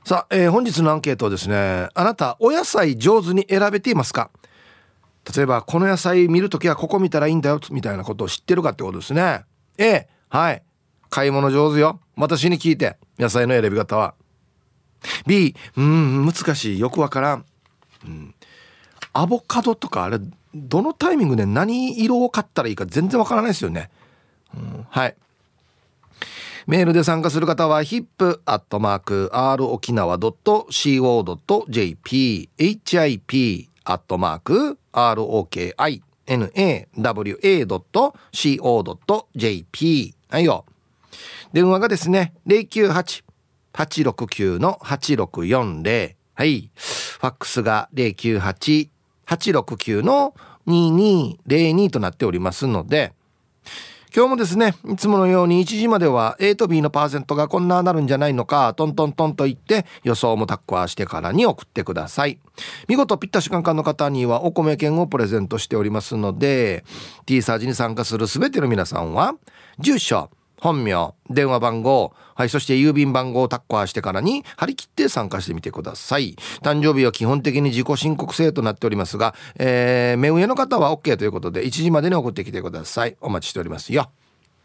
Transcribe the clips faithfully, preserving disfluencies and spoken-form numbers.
さあ、えー、本日のアンケートですね。あなたお野菜上手に選べていますか？例えばこの野菜見るときはここ見たらいいんだよみたいなことを知ってるかってことですね。 A、 はい、買い物上手よ、私に聞いて野菜の選び方は。 B、 うーん難しい、よくわからん、うん、アボカドとかあれどのタイミングで何色を買ったらいいか全然わからないですよね、うん、はい。メールで参加する方は ヒップ アットマーク アール 沖縄 ドット シーオー ドット ジェーピー ヒップ アットマーク アール オーケーアイエヌエーダブリューエー ドット シーオー ドット ジェーピー はいよ。電話がですね ゼロきゅうはち はちろくきゅう はちろくよんゼロ、はい。ファックスが ゼロきゅうはち はちろくきゅう ににゼロにとなっておりますので、今日もですねいつものようにいちじまでは A と B のパーセントがこんななるんじゃないのかトントントンと言って予想もタッカーしてからに送ってください。見事ぴったしカンカンの方にはお米券をプレゼントしておりますので T サージに参加するすべての皆さんは住所、本名、電話番号、はい、そして郵便番号をタッカーしてからに張り切って参加してみてください。誕生日は基本的に自己申告制となっておりますが、えー、目上の方は OK ということでいちじまでに送ってきてください。お待ちしておりますよ。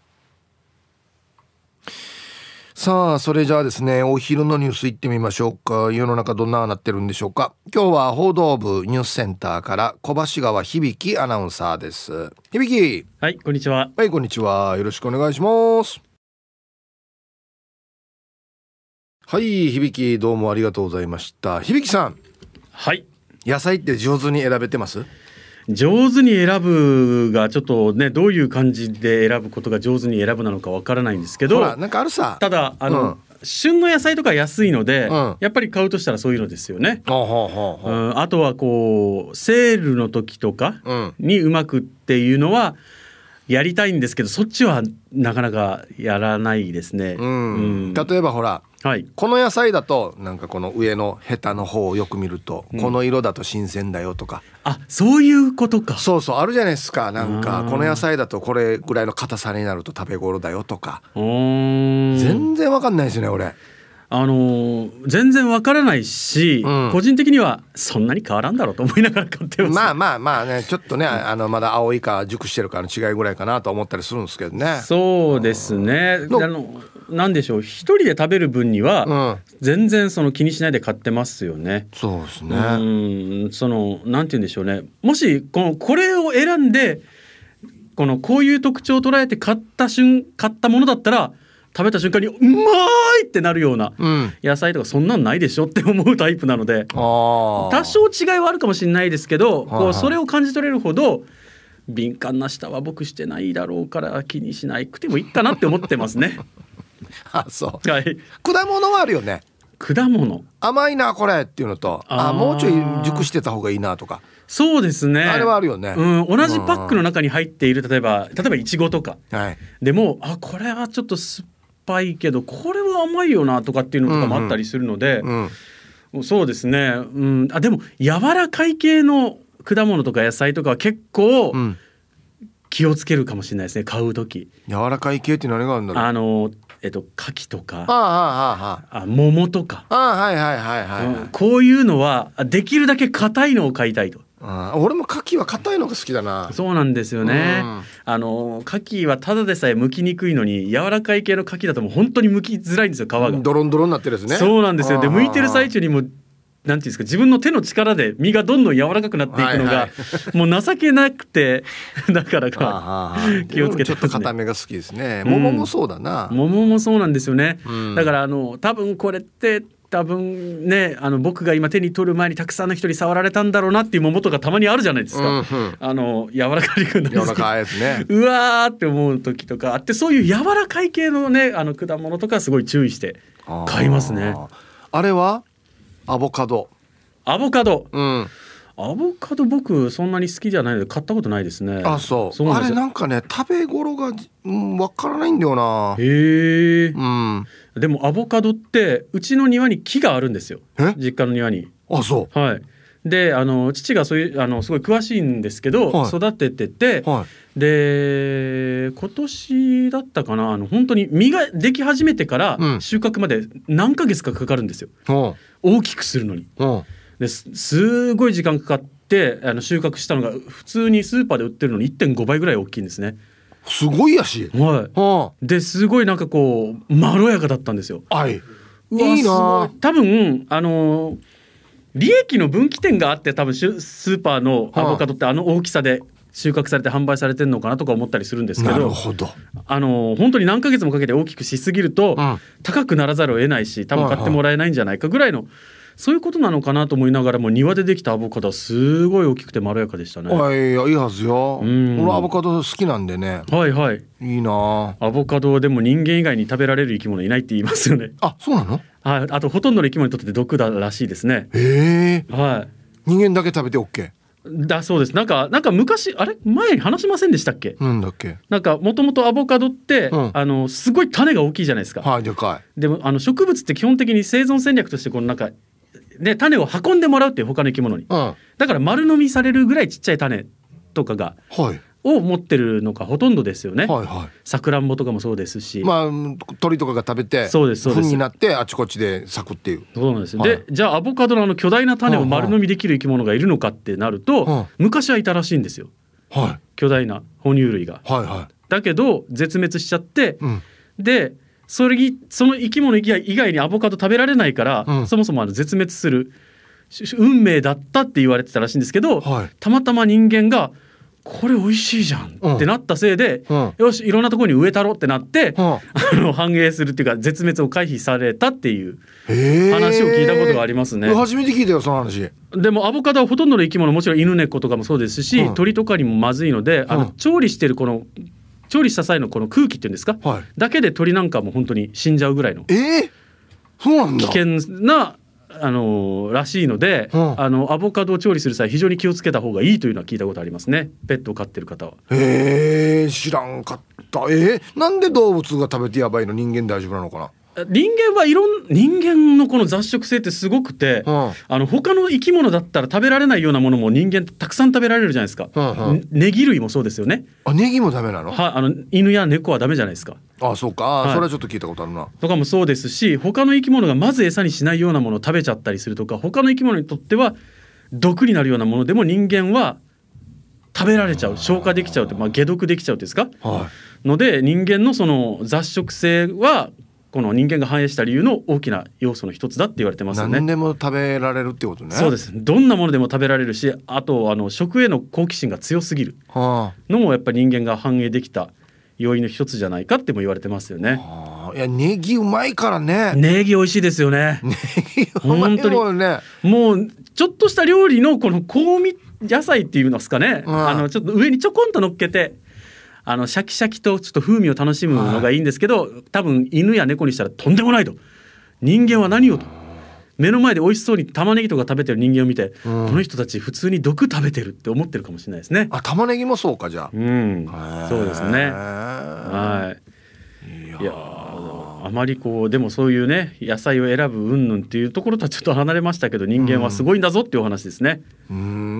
さあ、それじゃあですねお昼のニュース行ってみましょうか。世の中どんななってるんでしょうか。今日は報道部ニュースセンターから小橋川響アナウンサーです。響。 はい、こんにちは。 はい、こんにちは、よろしくお願いします。はい、響、どうもありがとうございました。響さん、 はい、 野菜って上手に選べてます？ 上手に選ぶがちょっとね、どういう感じで選ぶことが上手に選ぶなのかわからないんですけど、 ほらなんかあるさ。 ただあの、うん、旬の野菜とか安いので、うん、やっぱり買うとしたらそういうのですよね。あ、はあはあ、うん、あとはこうセールの時とかにうまくっていうのはやりたいんですけど、そっちはなかなかやらないですね、うんうん、例えばほら、はい、この野菜だとなんかこの上のヘタの方をよく見ると、うん、この色だと新鮮だよとか、 あ、そういうことか。 そうそう、あるじゃないですか。なんかこの野菜だとこれぐらいの硬さになると食べ頃だよとか、全然わかんないですね俺。 あのー、全然わからないし、うん、個人的にはそんなに変わらんだろうと思いながら買ってます。 まあまあまあね、ちょっとね、あのまだ青いか熟してるかの違いぐらいかなと思ったりするんですけどね。 そうですね。あのなんでしょう、一人で食べる分には全然その気にしないで買ってますよね、 うん、そうですね。 うん、そのなんて言うんでしょうね、もしこのこれを選んでこのこういう特徴を捉えて買った瞬買ったものだったら食べた瞬間にうまいってなるような野菜とかそんなんないでしょって思うタイプなので、うん、多少違いはあるかもしれないですけど、こうそれを感じ取れるほど敏感な舌は僕してないだろうから気にしなくてもいいかなって思ってますね。 あ、そう、 はい、 果物はあるよね。 果物甘いなこれっていうのと、ああもうちょい熟してた方がいいなとか。 そうですね、 あれはあるよね、 うん、同じパックの中に入っている例えば例えばイチゴとか、はい、でもあこれはちょっと酸っぱいけどこれは甘いよなとかっていうのとかもあったりするので、うんうん、そうですね、うん、あでも柔らかい系の果物とか野菜とかは結構気をつけるかもしれないですね、買うとき。 柔らかい系って何があるんだろう。 あのえっと柿とか、 ああああああ桃とか、 ああはいはいはいはい、はい、 うん、こういうのはできるだけ硬いのを買いたいと。 あ、俺も牡蠣は硬いのが好きだな。 そうなんですよね、うん、あの牡蠣はただでさえ剥きにくいのに柔らかい系の牡蠣だともう本当に剥きづらいんですよ、皮がドロンドロンになってるですね。 そうなんですよ。で剥いてる最中にもなんていうんですか、自分の手の力で身がどんどん柔らかくなっていくのが、はいはい、もう情けなくてだからか気をつけてますね。ちょっと硬めが好きですね。桃もそうだな、 うん、桃もそうなんですよね、うん、だからあの多分これって多分ね、あの僕が今手に取る前にたくさんの人に触られたんだろうなっていう桃とかたまにあるじゃないですか、うんうん、あの柔らかいくんです柔らかいですね。 うわーって思う時とかあって、そういう柔らかい系のねあの果物とかすごい注意して買いますね。 あ, あれはアボカドアボカド、 うん、 アボカド僕そんなに好きじゃないので買ったことないですね。 あ、そう、そうなんですよ。あれなんかね食べ頃が、うん、分からないんだよな。 へえ、 うん、 でもアボカドってうちの庭に木があるんですよ、実家の庭に。 あ、そう、 はい。 であの父がそういうあのすごい詳しいんですけど、 はい、 育ててて、 はい、 で今年だったかな、あの本当に実ができ始めてから収穫まで何ヶ月かかかるんですよ、うん、大きくするのに、うん、ですすごい時間かかってあの収穫したのが普通にスーパーで売ってるのに いってんご 倍ぐらい大きいんですね。 すごいやし、 はい、ですごいなんかこうまろやかだったんですよ。 はい、 うわいいな。多分あの利益の分岐点があって多分スーパーのアボカドってあの大きさで収穫されて販売されてるのかなとか思ったりするんですけど、 なるほど、 あの本当に何ヶ月もかけて大きくしすぎると、うん、高くならざるを得ないし多分買ってもらえないんじゃないかぐらいの、はいはい、そういうことなのかなと思いながらも庭でできたアボカドはすごい大きくてまろやかでしたね。 はい、いいはずよ。俺アボカド好きなんでね。 はいはい、 いいな。 アボカドでも人間以外に食べられる生き物いないって言いますよね。 あ、そうなの？ はい、あとほとんどの生き物にとって毒だらしいですね。 へえ、 はい、 人間だけ食べて OK だそうです。なんかなんか昔あれ前に話しませんでしたっけ？ なんだっけ？ なんかもともとアボカドって、うん、あのすごい種が大きいじゃないですか。 はい、でかい。 でもあの植物って基本的に生存戦略としてこのなんかね、種を運んでもらうっていう他の生き物に、うん、だから丸飲みされるぐらいちっちゃい種とかが、はい、を持ってるのがほとんどですよね。はいはい、さくらんぼとかもそうですし、 まあ、鳥とかが食べてそうですそうです糞になってあちこちで咲くっていう。 そうなんですよ、はい、でじゃあアボカドのあの巨大な種を丸飲みできる生き物がいるのかってなると、はい、昔はいたらしいんですよ、はい、巨大な哺乳類が、はいはい、だけど絶滅しちゃって、うん、でそれその生き物以外にアボカド食べられないから、うん、そもそもあの絶滅する運命だったって言われてたらしいんですけど、はい、たまたま人間がこれ美味しいじゃんってなったせいで、うん、よしいろんなところに植えたろってなって、うん、あの繁栄するっていうか絶滅を回避されたっていう話を聞いたことがありますね。 初めて聞いたよその話。 でもアボカドはほとんどの生き物もちろん犬猫とかもそうですし、うん、鳥とかにもまずいので、うん、あの調理してるこの調理した際のこの空気っていうんですか、はい、だけで鳥なんかも本当に死んじゃうぐらいの、 えー、そうなんだ危険なあのらしいので、うん、あのアボカドを調理する際非常に気をつけた方がいいというのは聞いたことありますね、ペットを飼ってる方は。 へえ、知らんかった。えー、なんで動物が食べてやばいの人間大丈夫なのかな。 人間はいろん人間のこの雑食性ってすごくて、うん、あの他の生き物だったら食べられないようなものも人間たくさん食べられるじゃないですか、うんうん、ネギ類もそうですよね。 あ、ネギもダメなの？ はあの犬や猫はダメじゃないですか。 あ、そうか、はい、それはちょっと聞いたことあるな。 とかもそうですし、他の生き物がまず餌にしないようなものを食べちゃったりするとか、他の生き物にとっては毒になるようなものでも人間は食べられちゃう、消化できちゃうって、まあ、解毒できちゃうですか、はい、ので人間のその雑食性はこの人間が繁栄した理由の大きな要素の一つだって言われてますよね。 何でも食べられるってことね。 そうです。どんなものでも食べられるし、あとあの食への好奇心が強すぎるのもやっぱり人間が繁栄できた要因の一つじゃないかっても言われてますよね。 はあ、いやネギうまいからね。 ネギ美味しいですよね。 ネギうまいよね。 もうちょっとした料理のこの香味野菜っていうんですかね、うん、あのちょっと上にちょこんと乗っけてあのシャキシャキとちょっと風味を楽しむのがいいんですけど、はい、多分犬や猫にしたらとんでもないと、人間は何をと、目の前で美味しそうに玉ねぎとか食べてる人間を見て、うん、この人たち普通に毒食べてるって思ってるかもしれないですね。 あ、玉ねぎもそうか、じゃあ、 うん、そうですね。はい。いや、いやあまりこうでもそういうね野菜を選ぶ云々っていうところとはちょっと離れましたけど、人間はすごいんだぞっていうお話ですね。 うん、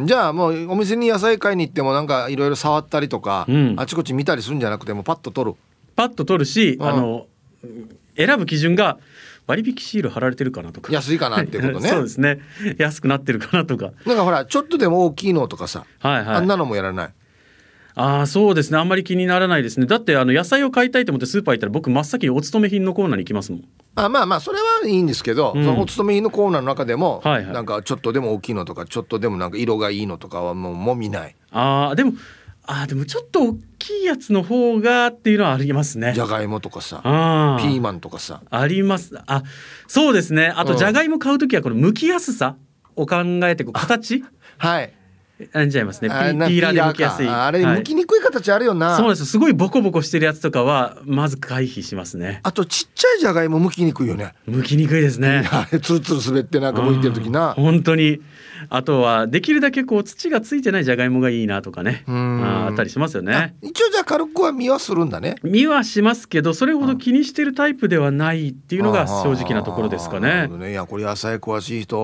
じゃあもうお店に野菜買いに行ってもなんかいろいろ触ったりとか、うん、あちこち見たりするんじゃなくてもパッと取るパッと取るし、あの選ぶ基準が割引シール貼られてるかなとか、 安いかなっていうことね。 そうですね、安くなってるかなとか、 なんかほらちょっとでも大きいのとかさ、はいはい、あんなのもやらない。 ああ、そうですね、あんまり気にならないですね。だってあの野菜を買いたいと思ってスーパー行ったら僕真っ先にお勤め品のコーナーに行きますもん。 あ、まあまあそれはいいんですけど、うん、そのお勤め品のコーナーの中でも、はいはい、なんかちょっとでも大きいのとかちょっとでもなんか色がいいのとかはもう、もう見ない。 ああ、でもあでもちょっと大きいやつの方がっていうのはありますね。 じゃがいもとかさ、ピーマンとかさあります。あ、そうですね。あとじゃがいも買うときはこの剥きやすさを考えてこう形はいあんじゃいますね。ピ, ピーラーで剥きやすい。 あれ、はい、剥きにくい形あるよな。 そうです。すごいボコボコしてるやつとかはまず回避しますね。 あとちっちゃいじゃがいも剥きにくいよね。 剥きにくいですね。 ツルツル滑ってなんか剥いてる時な。 本当に。あとはできるだけこう土がついてないじゃがいもがいいなとかね、あ, あったりしますよね。 一応じゃあ軽くは実はするんだね。 実はしますけどそれほど気にしてるタイプではないっていうのが正直なところですかね。 なるほどね。いやこれ野菜詳しい人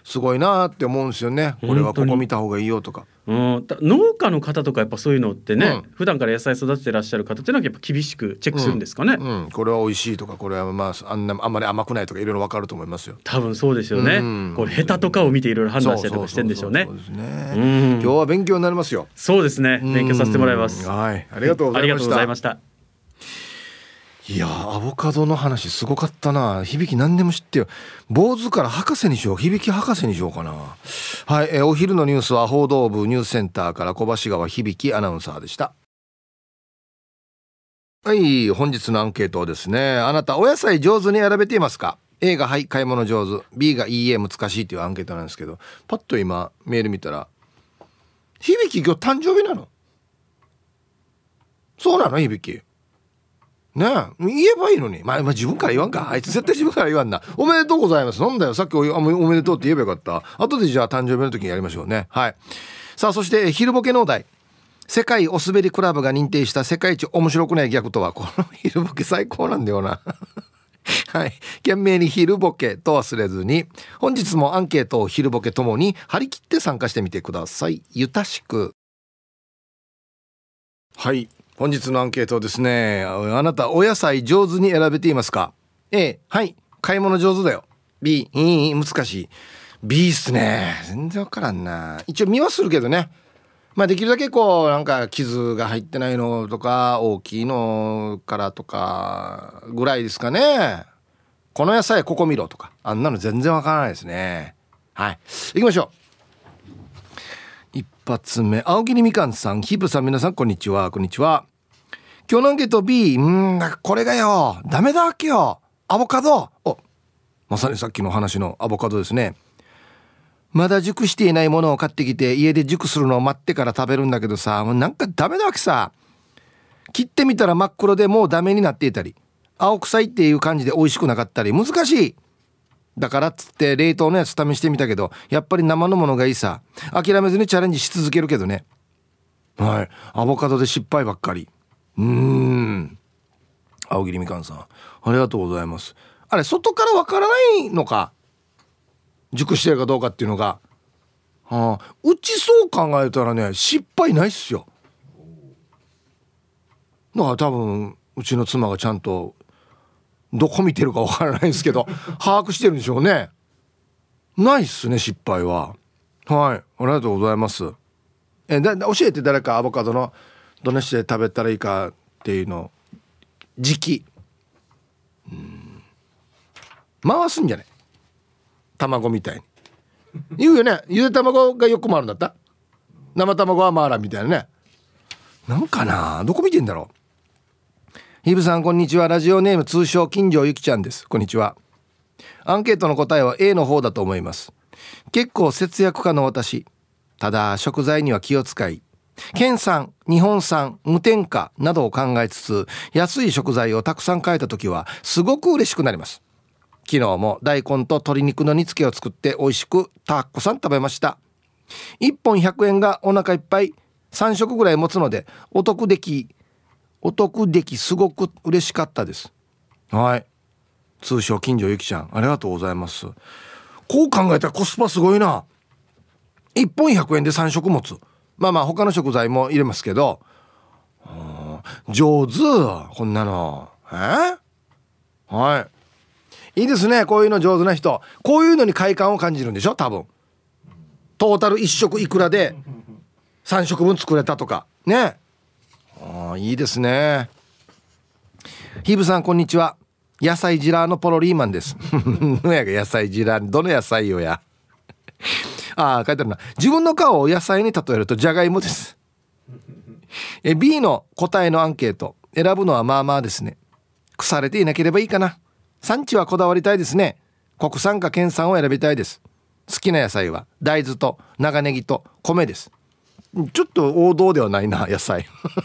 すごいなって思うんですよね。これはここ見た方がいいよとか。 うん、農家の方とかやっぱそういうのってね、 うん、 普段から野菜育ててらっしゃる方っていうのはやっぱ厳しくチェックするんですかね。 うんうん、これは美味しいとか、これはまああんなあんまり甘くないとかいろいろ分かると思いますよ。 多分そうですよね、 うん、 これヘタとかを見ていろいろ判断したりとかしてるんでしょうね。 今日は勉強になりますよ。 そうですね、勉強させてもらいます。 はい、ありがとうございました。 ありがとうございました。 いやアボカドの話すごかったな。響何でも知ってよ。坊主から博士にしよう。響博士にしようかな。はい、えー、お昼のニュースは報道部ニュースセンターから小橋川響アナウンサーでした。はい、本日のアンケートですね。あなたお野菜上手に選べていますか？ A がはい買い物上手、 B がいいえ難しいというアンケートなんですけど、パッと今メール見たら、響今日誕生日なの？そうなの響ねえ、言えばいいのに、まあ、まあ自分から言わんか。あいつ絶対自分から言わんな。おめでとうございます。なんだよ、さっき お, おめでとうって言えばよかった。後でじゃあ誕生日の時にやりましょうね。はい。さあ、そして昼ボケのお題、世界おすべりクラブが認定した世界一面白くないギャグとは。この昼ボケ最高なんだよな。はい、懸命に昼ボケと忘れずに、本日もアンケートを昼ボケともに張り切って参加してみてください。ゆたしく。はい、本日のアンケートですね。あなたお野菜上手に選べていますか？ A、 はい買い物上手だよ。 B、 いい難しい。 B っすね。全然わからんな。一応見はするけどね。まあできるだけこうなんか傷が入ってないのとか大きいのからとかぐらいですかね。この野菜ここ見ろとか、あんなの全然わからないですね。はい、行きましょう。一発目、青桐みかんさん、ヒープさん、皆さんこんにちは。こんにちは。今日のアンケート B、 うーんなんかこれがよダメだわけよ。アボカド、おまさにさっきの話のアボカドですね。まだ熟していないものを買ってきて家で熟するのを待ってから食べるんだけどさ、もうなんかダメだわけさ。切ってみたら真っ黒でもうダメになっていたり、青臭いっていう感じで美味しくなかったり、難しい。だからっつって冷凍のやつ試してみたけど、やっぱり生のものがいいさ。諦めずにチャレンジし続けるけどね。はい、アボカドで失敗ばっかり。うーん、青桐みかんさんありがとうございます。あれ外からわからないのか、熟してるかどうかっていうのが、はあ、うちそう考えたらね失敗ないっすよ。だから多分うちの妻がちゃんとどこ見てるかわからないんですけど把握してるんでしょうね。ないっすね失敗は。はい、ありがとうございます。えだ教えて誰か、アボカドのどないして食べたらいいかっていうの時期、うん、回すんじゃない、卵みたいに言うよね。ゆで卵がよく回るんだった、生卵は回らんみたいなね。なんかな、どこ見てんだろう。ヒブさんこんにちは。ラジオネーム通称金城ゆきちゃんです。こんにちは。アンケートの答えは A の方だと思います。結構節約家の私、ただ食材には気を使い、県産、日本産、無添加などを考えつつ安い食材をたくさん買えた時はすごく嬉しくなります。昨日も大根と鶏肉の煮付けを作って美味しくたくさん食べました。いっぽんひゃくえんがお腹いっぱいさん食ぐらい持つのでお得できお得できすごく嬉しかったです。はい、通称金城ゆきちゃんありがとうございます。こう考えたらコスパすごいな。いっぽんひゃくえんでさん食持つ。まあまあ他の食材も入れますけど、上手こんなの。えはい、いいですね。こういうの上手な人、こういうのに快感を感じるんでしょ多分。トータルいっ食いくらでさん食分作れたとかね。あ、いいですね。ヒブさんこんにちは。野菜ジラーのポロリーマンですのやが野菜ジラー、どの野菜よやああ書いてあるな。自分の顔を野菜に例えるとジャガイモですえ B の答えのアンケート選ぶのはまあまあですね。腐れていなければいいかな。産地はこだわりたいですね。国産か県産を選びたいです。好きな野菜は大豆と長ネギと米です。ちょっと王道ではないな野菜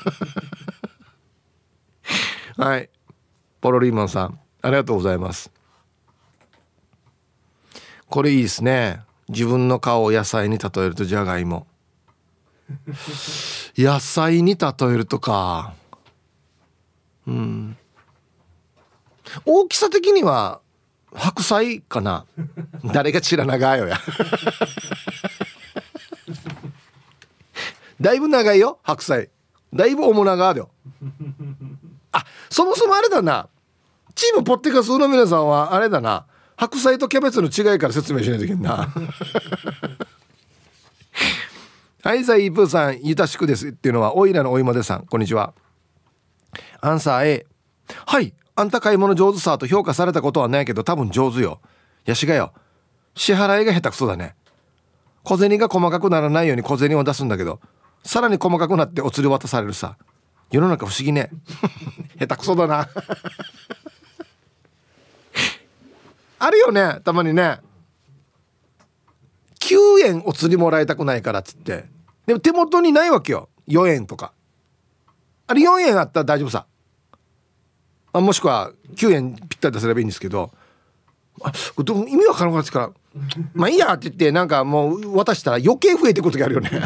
はい、ポロリーマンさんありがとうございます。これいいですね。自分の顔を野菜に例えるとジャガイモ野菜に例えるとか、うん、大きさ的には白菜かな誰が知らながよやだいぶ長いよ白菜、だいぶ重長よ。あ、そもそもあれだな、チームポッテカスの皆さんはあれだな、白菜とキャベツの違いから説明しないといけんなはいさい、イープーさん、ゆたしくですっていうのはおいらのおいもでさん、こんにちは。アンサー A、 はい、あんた買い物上手さと評価されたことはないけど多分上手よ。やしがよ、支払いが下手くそだね。小銭が細かくならないように小銭を出すんだけど、さらに細かくなってお釣り渡されるさ。世の中不思議ね下手くそだなあるよね、たまにね。きゅうえんお釣りもらいたくないからっつって、でも手元にないわけよ、よえんとか。あれよえんあったら大丈夫さ。あ、もしくはきゅうえんぴったり出せればいいんですけど、あ、どう意味わからなくなってからまあいいやって言ってなんかもう渡したら余計増えてくる時あるよね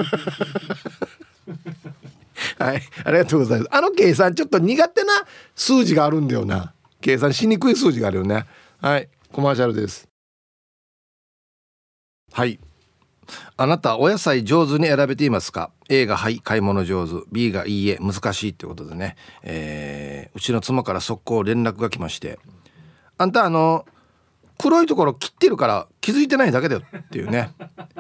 はい、ありがとうございます。あの計算ちょっと苦手な数字があるんだよな、計算しにくい数字があるよね。はい、コマーシャルです。はい、あなたお野菜上手に選べていますか？ A がはい、買い物上手、 B がいいえ、難しいってことでね、えー、うちの妻から速攻連絡が来まして、あんたあの黒いところ切ってるから気づいてないだけだよっていうね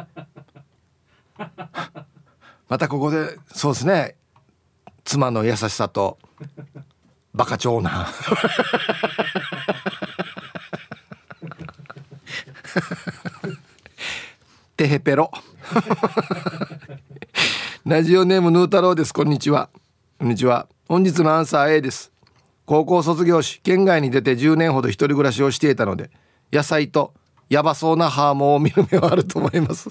またここでそうですね、妻の優しさとバカ長なテヘペロラジオネームヌー太郎です。こんにちは。こんにちは。本日のアンサー A です。高校卒業し県外に出てじゅうねんほど一人暮らしをしていたので、野菜とヤバそうなハーモンを見る目はあると思います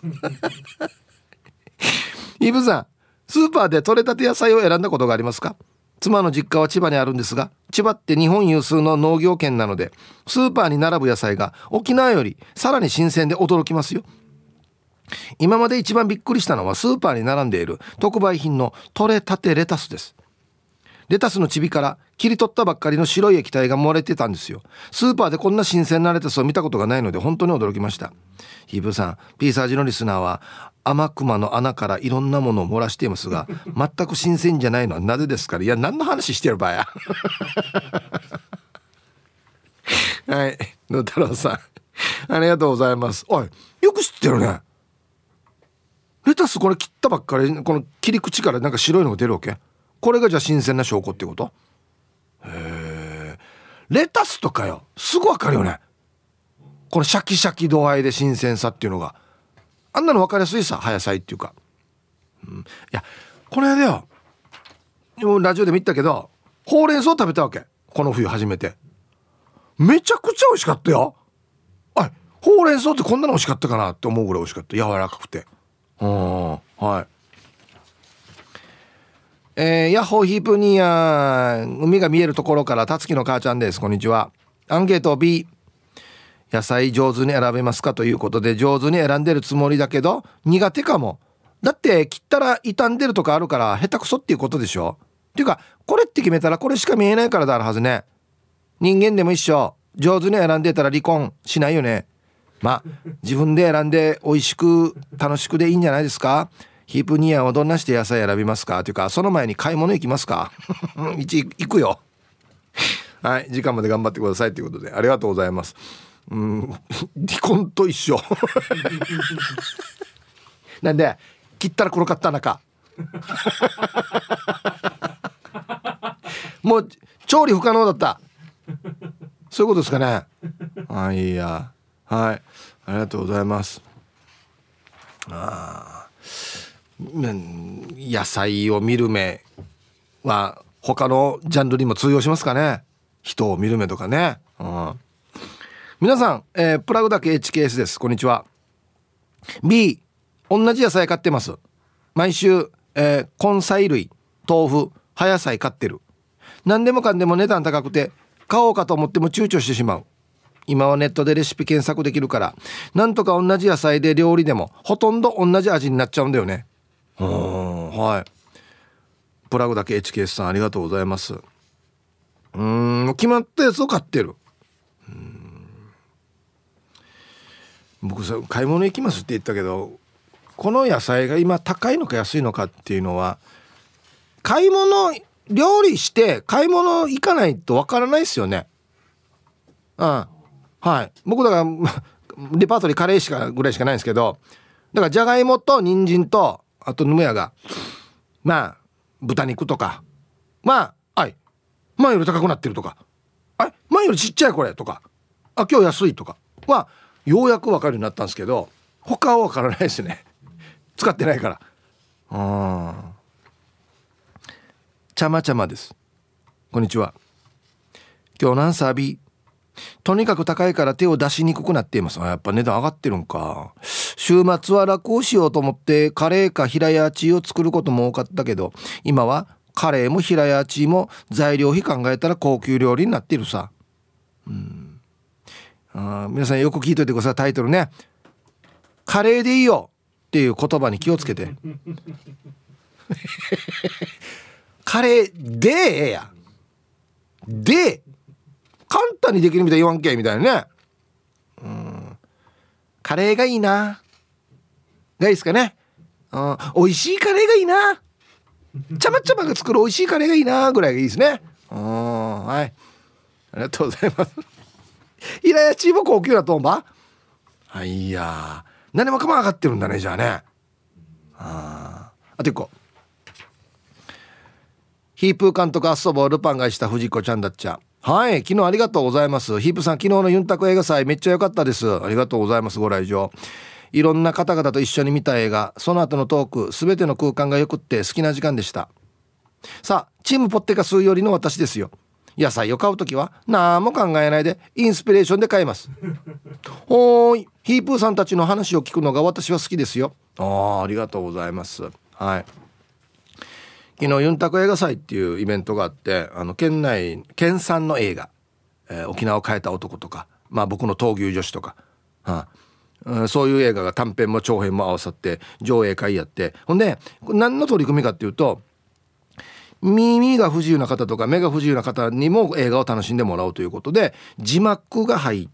イブさん、スーパーで採れたて野菜を選んだことがありますか？妻の実家は千葉にあるんですが、千葉って日本有数の農業県なので、スーパーに並ぶ野菜が沖縄よりさらに新鮮で驚きますよ。今まで一番びっくりしたのはスーパーに並んでいる特売品の採れたてレタスです。レタスのチビから切り取ったばっかりの白い液体が漏れてたんですよ。スーパーでこんな新鮮なレタスを見たことがないので本当に驚きました。ヒーブさん、ピーサージのリスナーは天熊の穴からいろんなものを漏らしていますが全く新鮮じゃないのはなぜですか？いや、何の話してる場合やはい、野太郎さんありがとうございます。おい、よく知ってるね。レタスこれ切ったばっかり、この切り口からなんか白いのが出るわけ。これがじゃあ新鮮な証拠ってこと？へえ、レタスとかよ、すぐわかるよね、このシャキシャキ度合いで新鮮さっていうのが。あんなの分かりやすいさ、葉野菜っていうか、うん、いやこれだよ、ラジオでも言ったけどほうれん草食べたわけ、この冬初めて。めちゃくちゃ美味しかったよ。あ、ほうれん草ってこんなの美味しかったかなって思うぐらい美味しかった。柔らかくて、うん、はい。えー、ヤッホーヒープニア、海が見えるところからたつきの母ちゃんです。こんにちは。アンケート B、 野菜上手に選べますかということで、上手に選んでるつもりだけど苦手かも。だって切ったら傷んでるとかあるから下手くそっていうことでしょ。っていうかこれって決めたらこれしか見えないからだあるはずね。人間でも一緒、上手に選んでたら離婚しないよね。まあ自分で選んで美味しく楽しくでいいんじゃないですか。ヒープニアはどんなして野菜選びますかというか、その前に買い物行きますか一行くよはい、時間まで頑張ってくださいということでありがとうございます。うん、離婚と一緒なんで切ったら黒かったなかもう調理不可能だった、そういうことですかね。あ、いいや、はい、ありがとうございます。あ、野菜を見る目は他のジャンルにも通用しますかね。人を見る目とかね、うん、皆さん、えー、プラグだけ エイチケーエス です。こんにちは。 B、 同じ野菜買ってます。毎週、えー、根菜類、豆腐、葉野菜買ってる。何でもかんでも値段高くて買おうかと思っても躊躇してしまう。今はネットでレシピ検索できるからなんとか同じ野菜で料理でもほとんど同じ味になっちゃうんだよね。うん、はい。プラグだけ エイチケーエス さんありがとうございます。うーん、決まったやつを買ってる。うーん、 僕さ買い物行きますって言ったけど、この野菜が今高いのか安いのかっていうのは、買い物料理して買い物行かないとわからないですよね。うん、はい。僕だからレパートリーカレーしかぐらいしかないんですけど、だからじゃがいもと人参とあとヌムヤがまあ豚肉とか、まあはい前より高くなってるとか、あれ前よりちっちゃいこれとか、あ今日安いとかはようやく分かるようになったんですけど、他は分からないですね。使ってないから。あーちゃまちゃまです。こんにちは。今日のアンサー B、 とにかく高いから手を出しにくくなっています。あやっぱ値段上がってるんか。週末は楽をしようと思ってカレーかヒラヤーチーを作ることも多かったけど、今はカレーもヒラヤーチーも材料費考えたら高級料理になっているさ。うんあ皆さんよく聞いといてください。タイトルね、カレーでいいよっていう言葉に気をつけてカレーでええやで簡単にできるみたい言わんけみたいなね。うんカレーがいいながいいですかね。うん、美味しいカレーがいいな、ちゃまちゃまが作る美味しいカレーがいいなぐらいがいいですね。うん、はい、ありがとうございます。イラヤチーも高級だと思うば。はいや何もかも上がってるんだねじゃあね。ああと一個、ヒープー監督遊ぼうルパンがした藤子ちゃんだっちゃ。はい、昨日ありがとうございます。ヒープさん昨日のユンタク映画祭めっちゃ良かったです。ありがとうございます。ご来場。いろんな方々と一緒に見た映画、その後のトーク、すべての空間がよくって好きな時間でした。さあチームポッテカ吸うよりの私ですよ。野菜を買うときは何も考えないでインスピレーションで買います。ほーい、ヒープーさんたちの話を聞くのが私は好きですよ。あーありがとうございます。はい、昨日ユンタク映画祭っていうイベントがあって、あの県内県産の映画、えー、沖縄を変えた男とか、まあ僕の闘牛女子とか、はあうん、そういう映画が短編も長編も合わさって上映会やって、ほんで何の取り組みかっていうと、耳が不自由な方とか目が不自由な方にも映画を楽しんでもらおうということで字幕が入って、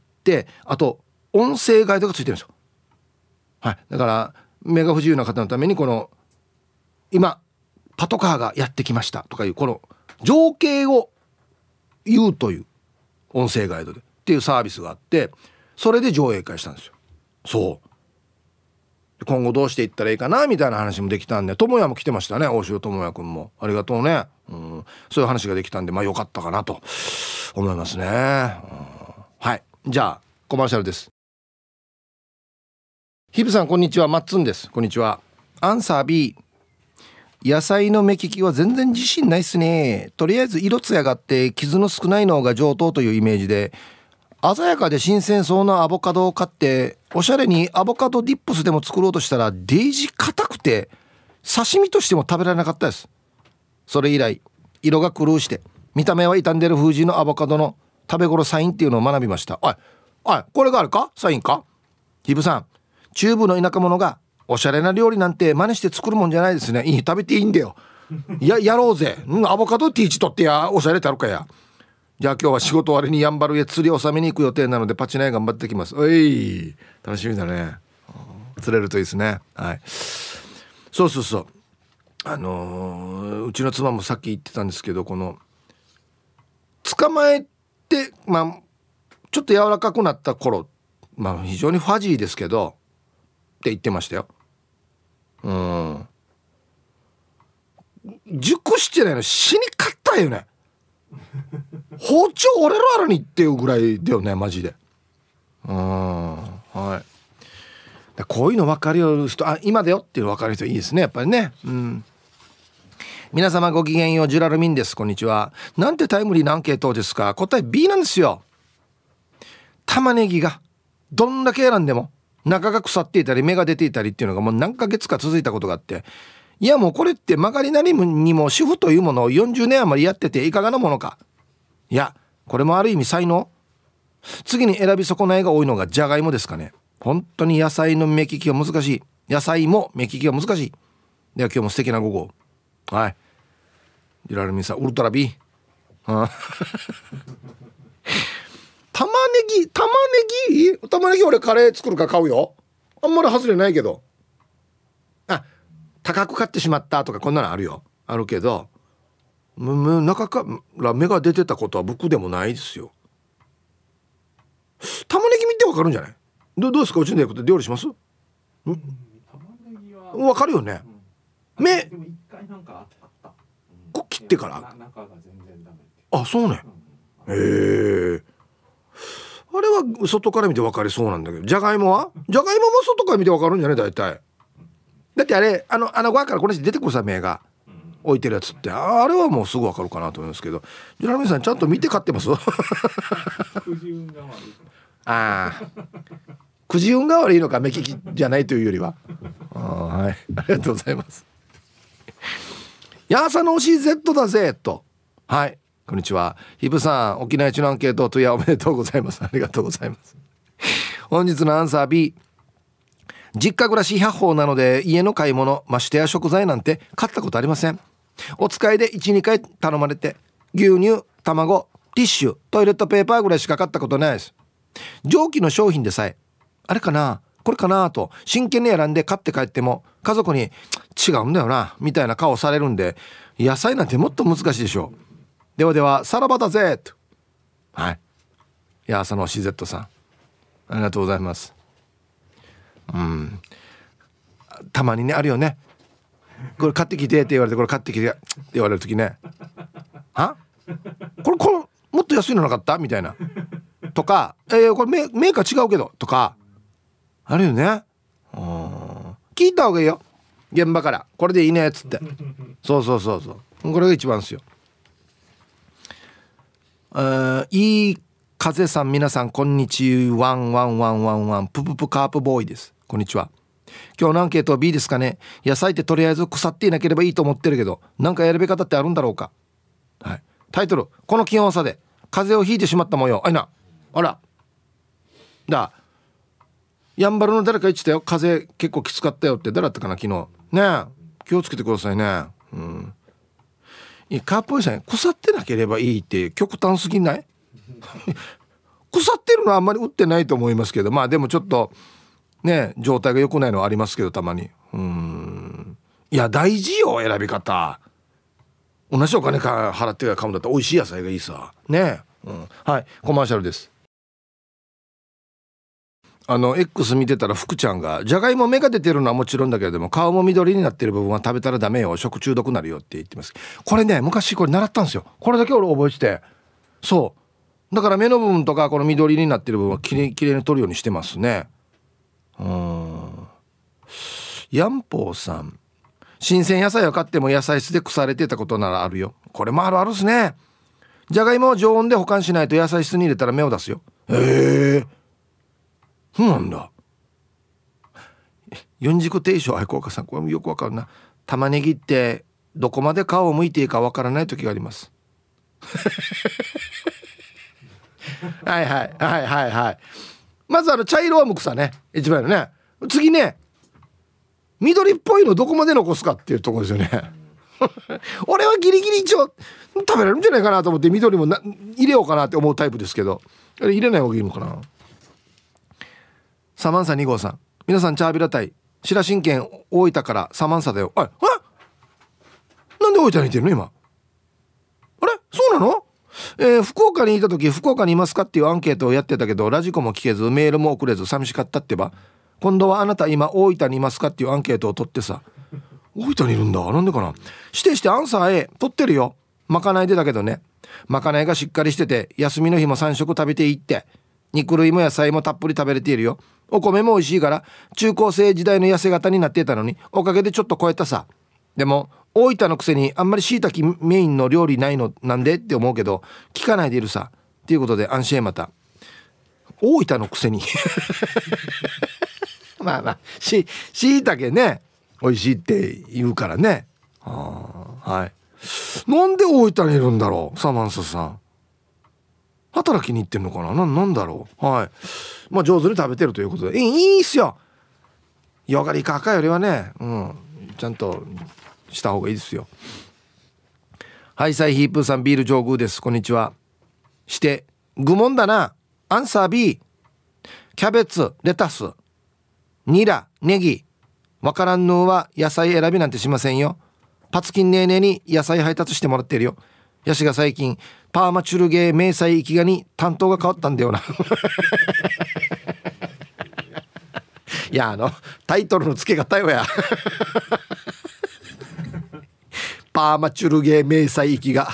あと音声ガイドがついてるんですよ。はい、だから目が不自由な方のためにこの今パトカーがやってきましたとかいうこの情景を言うという音声ガイドでっていうサービスがあって、それで上映会したんですよ。そう今後どうしていったらいいかなみたいな話もできたんで、智也も来てましたね。大城智也くんもありがとうね、うん、そういう話ができたんでまあ良かったかなと思いますね、うん、はいじゃあコマーシャルです。ヒブさんこんにちは、マッツンです。こんにちは。アンサー B、野菜の目利きは全然自信ないっすね。とりあえず色艶があって傷の少ないのが上等というイメージで、鮮やかで新鮮そうなアボカドを買っておしゃれにアボカドディップスでも作ろうとしたらデイジ硬くて刺身としても食べられなかったです。それ以来色が狂うして見た目は傷んでる風神のアボカドの食べ頃サインっていうのを学びました。おいおいこれがあるかサインか。ヒブさん中部の田舎者がおしゃれな料理なんて真似して作るもんじゃないですね。いい食べていいんだよ。ややろうぜ、うん、アボカドティーチ取ってやおしゃれってあるかや。じゃあ今日は仕事終わりにやんばるへ釣りを収めに行く予定なのでパチナイ頑張ってきます。おい楽しみだね。釣れるといいですね。はい、そうそうそう、あのー、うちの妻もさっき言ってたんですけど、この捕まえてまあちょっと柔らかくなった頃、まあ非常にファジーですけどって言ってましたよ。うん熟してないの死にかったよね。包丁折れるあるにっていうぐらいだよねマジで。うんはいこういうの分かる人、あ今だよっていうの分かる人いいですねやっぱりね。うん皆様ごきげんよう、ジュラルミンです。こんにちは。なんてタイムリーなアンケートですか。答え B なんですよ。玉ねぎがどんだけ選んでも中が腐っていたり芽が出ていたりっていうのがもう何ヶ月か続いたことがあって、いやもうこれって曲がりなりにも主婦というものをよんじゅうねん余りやってていかがなものか。いやこれもある意味才能。次に選び損ないが多いのがじゃがいもですかね。本当に野菜の目利きが難しい。野菜も目利きが難しい。では今日も素敵な午後。はいジュラルミンさんウルトラ B 玉ねねぎ玉ねぎ玉ねぎ俺カレー作るから買うよ。あんまり外れないけど、あ高く買ってしまったとかこんなのあるよ、あるけどむ中から芽が出てたことは僕でもないですよ。玉ねぎ見てわかるんじゃない？ ど, どうですか？うちのこと料理します？ん、玉ねぎはわかるよね、うん、芽でも一回なんかあった、うん、切ってから中が全然ダメ。あ、そうね、うん、へえ。あれは外から見てわかりそうなんだけど、じゃがいもはじゃがいもも外から見てわかるんじゃない？大体だってあれあの穴側からこの人出てくるさ、芽が置いてるやつって、あれはもうすぐわかるかなと思いますけど、ジュラミさんちゃんと見て買ってます？くじ運が悪い。ああ、くじ運が悪いのか目利きじゃないというよりはあ、はい、ありがとうございます。やーさの シーゼット だぜと、はい、こんにちは。ヒブさん、沖縄一のアンケートとやおめでとうございます。ありがとうございます。本日のアンサー B、実家暮らしひゃっぽうなので家の買い物ましてや食材なんて買ったことありません。お使いで いちにかい頼まれて牛乳、卵、ティッシュ、トイレットペーパーぐらいしか買ったことないです。上記の商品でさえあれかなこれかなと真剣に選んで買って帰っても家族に違うんだよなみたいな顔されるんで、野菜なんてもっと難しいでしょう。ではではさらばだぜと、はい、いや、その シーゼット さんありがとうございます。うん、たまにねあるよね、これ買ってきてって言われてこれ買ってきてって言われるときね、はこれこれもっと安いのなかったみたいなとか、えー、これ メ, メーカー違うけどとかあるよね。うん、聞いた方がいいよ、現場からこれでいいねっつって。そうそうそうそう、これが一番ですよ。あ、いい風さん、皆さんこんにちは。ワンワンワンワンワンプププカープボーイです。こんにちは。今日のアンケートは B ですかね。野菜ってとりあえず腐っていなければいいと思ってるけど、なんかやるべき方ってあるんだろうか。はい、タイトル、この気温差で風邪をひいてしまった模様。あいな、あらだ、やんばるの誰か言ってたよ、風邪結構きつかったよって。誰だったかな昨日ねえ、気をつけてくださいね。うん、いいカープボーイさん、腐ってなければいいって極端すぎない？腐ってるのはあんまり売ってないと思いますけど、まあでもちょっとね状態が良くないのはありますけど、たまに。うーん、いや大事よ選び方。同じお金か払ってから買うんだったら美味しい野菜がいいさねえ、うん、はい、コマーシャルです。あの X 見てたら福ちゃんが、じゃがいも芽が出てるのはもちろんだけれども皮も緑になってる部分は食べたらダメよ、食中毒になるよって言ってます。これね昔これ習ったんですよ。これだけ俺覚えてて、そうだから芽の部分とかこの緑になってる部分はきれいきれいに取るようにしてますね。うーん、ヤンポーさん、新鮮野菜を買っても野菜室で腐れてたことならあるよ。これもあるあるですね。じゃがいもを常温で保管しないと野菜室に入れたら芽を出すよ。へえ、そうなんだ。四軸定称愛好家さん、これもよくわかるな。玉ねぎってどこまで皮を剥いていいかわからない時があります。はいはいはいはいはい。まずあの茶色は剥くさね、一番のね。次ね、緑っぽいのどこまで残すかっていうところですよね。俺はギリギリ一応食べれるんじゃないかなと思って緑もな入れようかなって思うタイプですけど、あれ入れない方がいいのかな。サマンサに号さん、皆さんチャービラタイ、白新県大分からサマンサだよ。あれ、なんで大分にいてるの今。あれそうなの。えー、福岡にいた時福岡にいますかっていうアンケートをやってたけどラジコも聞けずメールも送れず寂しかったってば、今度はあなた今大分にいますかっていうアンケートを取ってさ、大分にいるんだ、なんでかな。指定してアンサー A 取ってるよ。まかないでだけどね、まかないがしっかりしてて休みの日もさん食食べていいって、肉類も野菜もたっぷり食べれているよ。お米も美味しいから中高生時代の痩せ型になっていたのにおかげでちょっと超えたさ。でも大分のくせにあんまり椎茸メインの料理ないのなんでって思うけど聞かないでいるさっていうことで安心。また大分のくせにまあまあし椎茸ね美味しいって言うからね。はあ、はい、なんで大分にいるんだろう。サマンサさん働きに行ってんのかな。な、なんだろう。はい、まあ上手に食べてるということでいい、いいっすよ。よがりかかよりはね、うん、ちゃんとした方がいいですよ。はい、サイヒープーさん、ビール上宮です。こんにちは。して愚問だな。 アンサー B、 キャベツ、レタス、ニラ、ネギ。わからんのは野菜選びなんてしませんよ。パツキンネーネーに野菜配達してもらってるよ。ヤシが最近パーマチュルゲー迷彩生きがに担当が変わったんだよな。いや、あのタイトルの付け方よや。パーマチュルゲー迷彩生きが。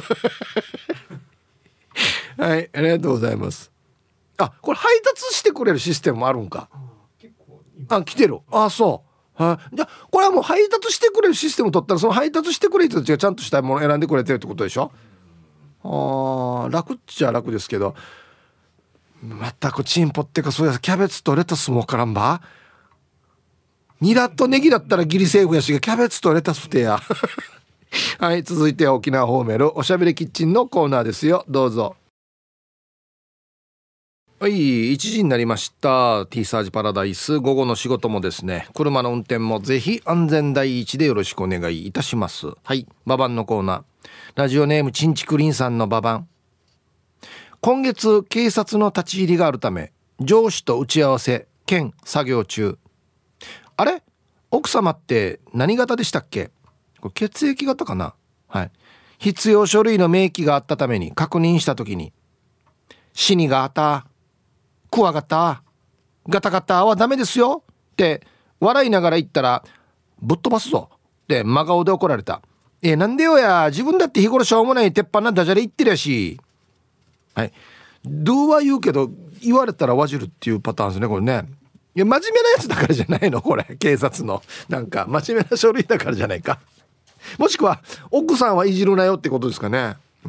はい、ありがとうございます。あ、これ配達してくれるシステムもあるんか。あ、来てる。あ、そう。はい。じゃあこれはもう配達してくれるシステム取ったら、その配達してくれる人たちがちゃんとしたいものを選んでくれてるってことでしょ。あー、楽っちゃ楽ですけど、またこチンポってか、そうやキャベツとレタスもわからんば。ニラとネギだったらギリセーフやしが、キャベツとレタスってや。はい、続いては沖縄ホーメルおしゃべりキッチンのコーナーですよ。どうぞ。はい、いちじになりました。 T サージパラダイス、午後の仕事もですね、車の運転もぜひ安全第一でよろしくお願いいたします。はい、ババンのコーナー。ラジオネームちんちくりんさんのババン。今月警察の立ち入りがあるため上司と打ち合わせ兼作業中。あれ、奥様って何型でしたっけ。これ血液型かな。はい、必要書類の明記があったために確認した時に、死にがあた、クワガタ、ガタガタはダメですよって笑いながら言ったら、ぶっ飛ばすぞって真顔で怒られた。えー、なんでよや、自分だって日頃しょうもない鉄板なダジャレ言ってるやし。はい、どうは言うけど言われたらわじるっていうパターンですね、これね。いや、真面目なやつだからじゃないのこれ。警察のなんか真面目な書類だからじゃないか。もしくは奥さんはいじるなよってことですかね。うん。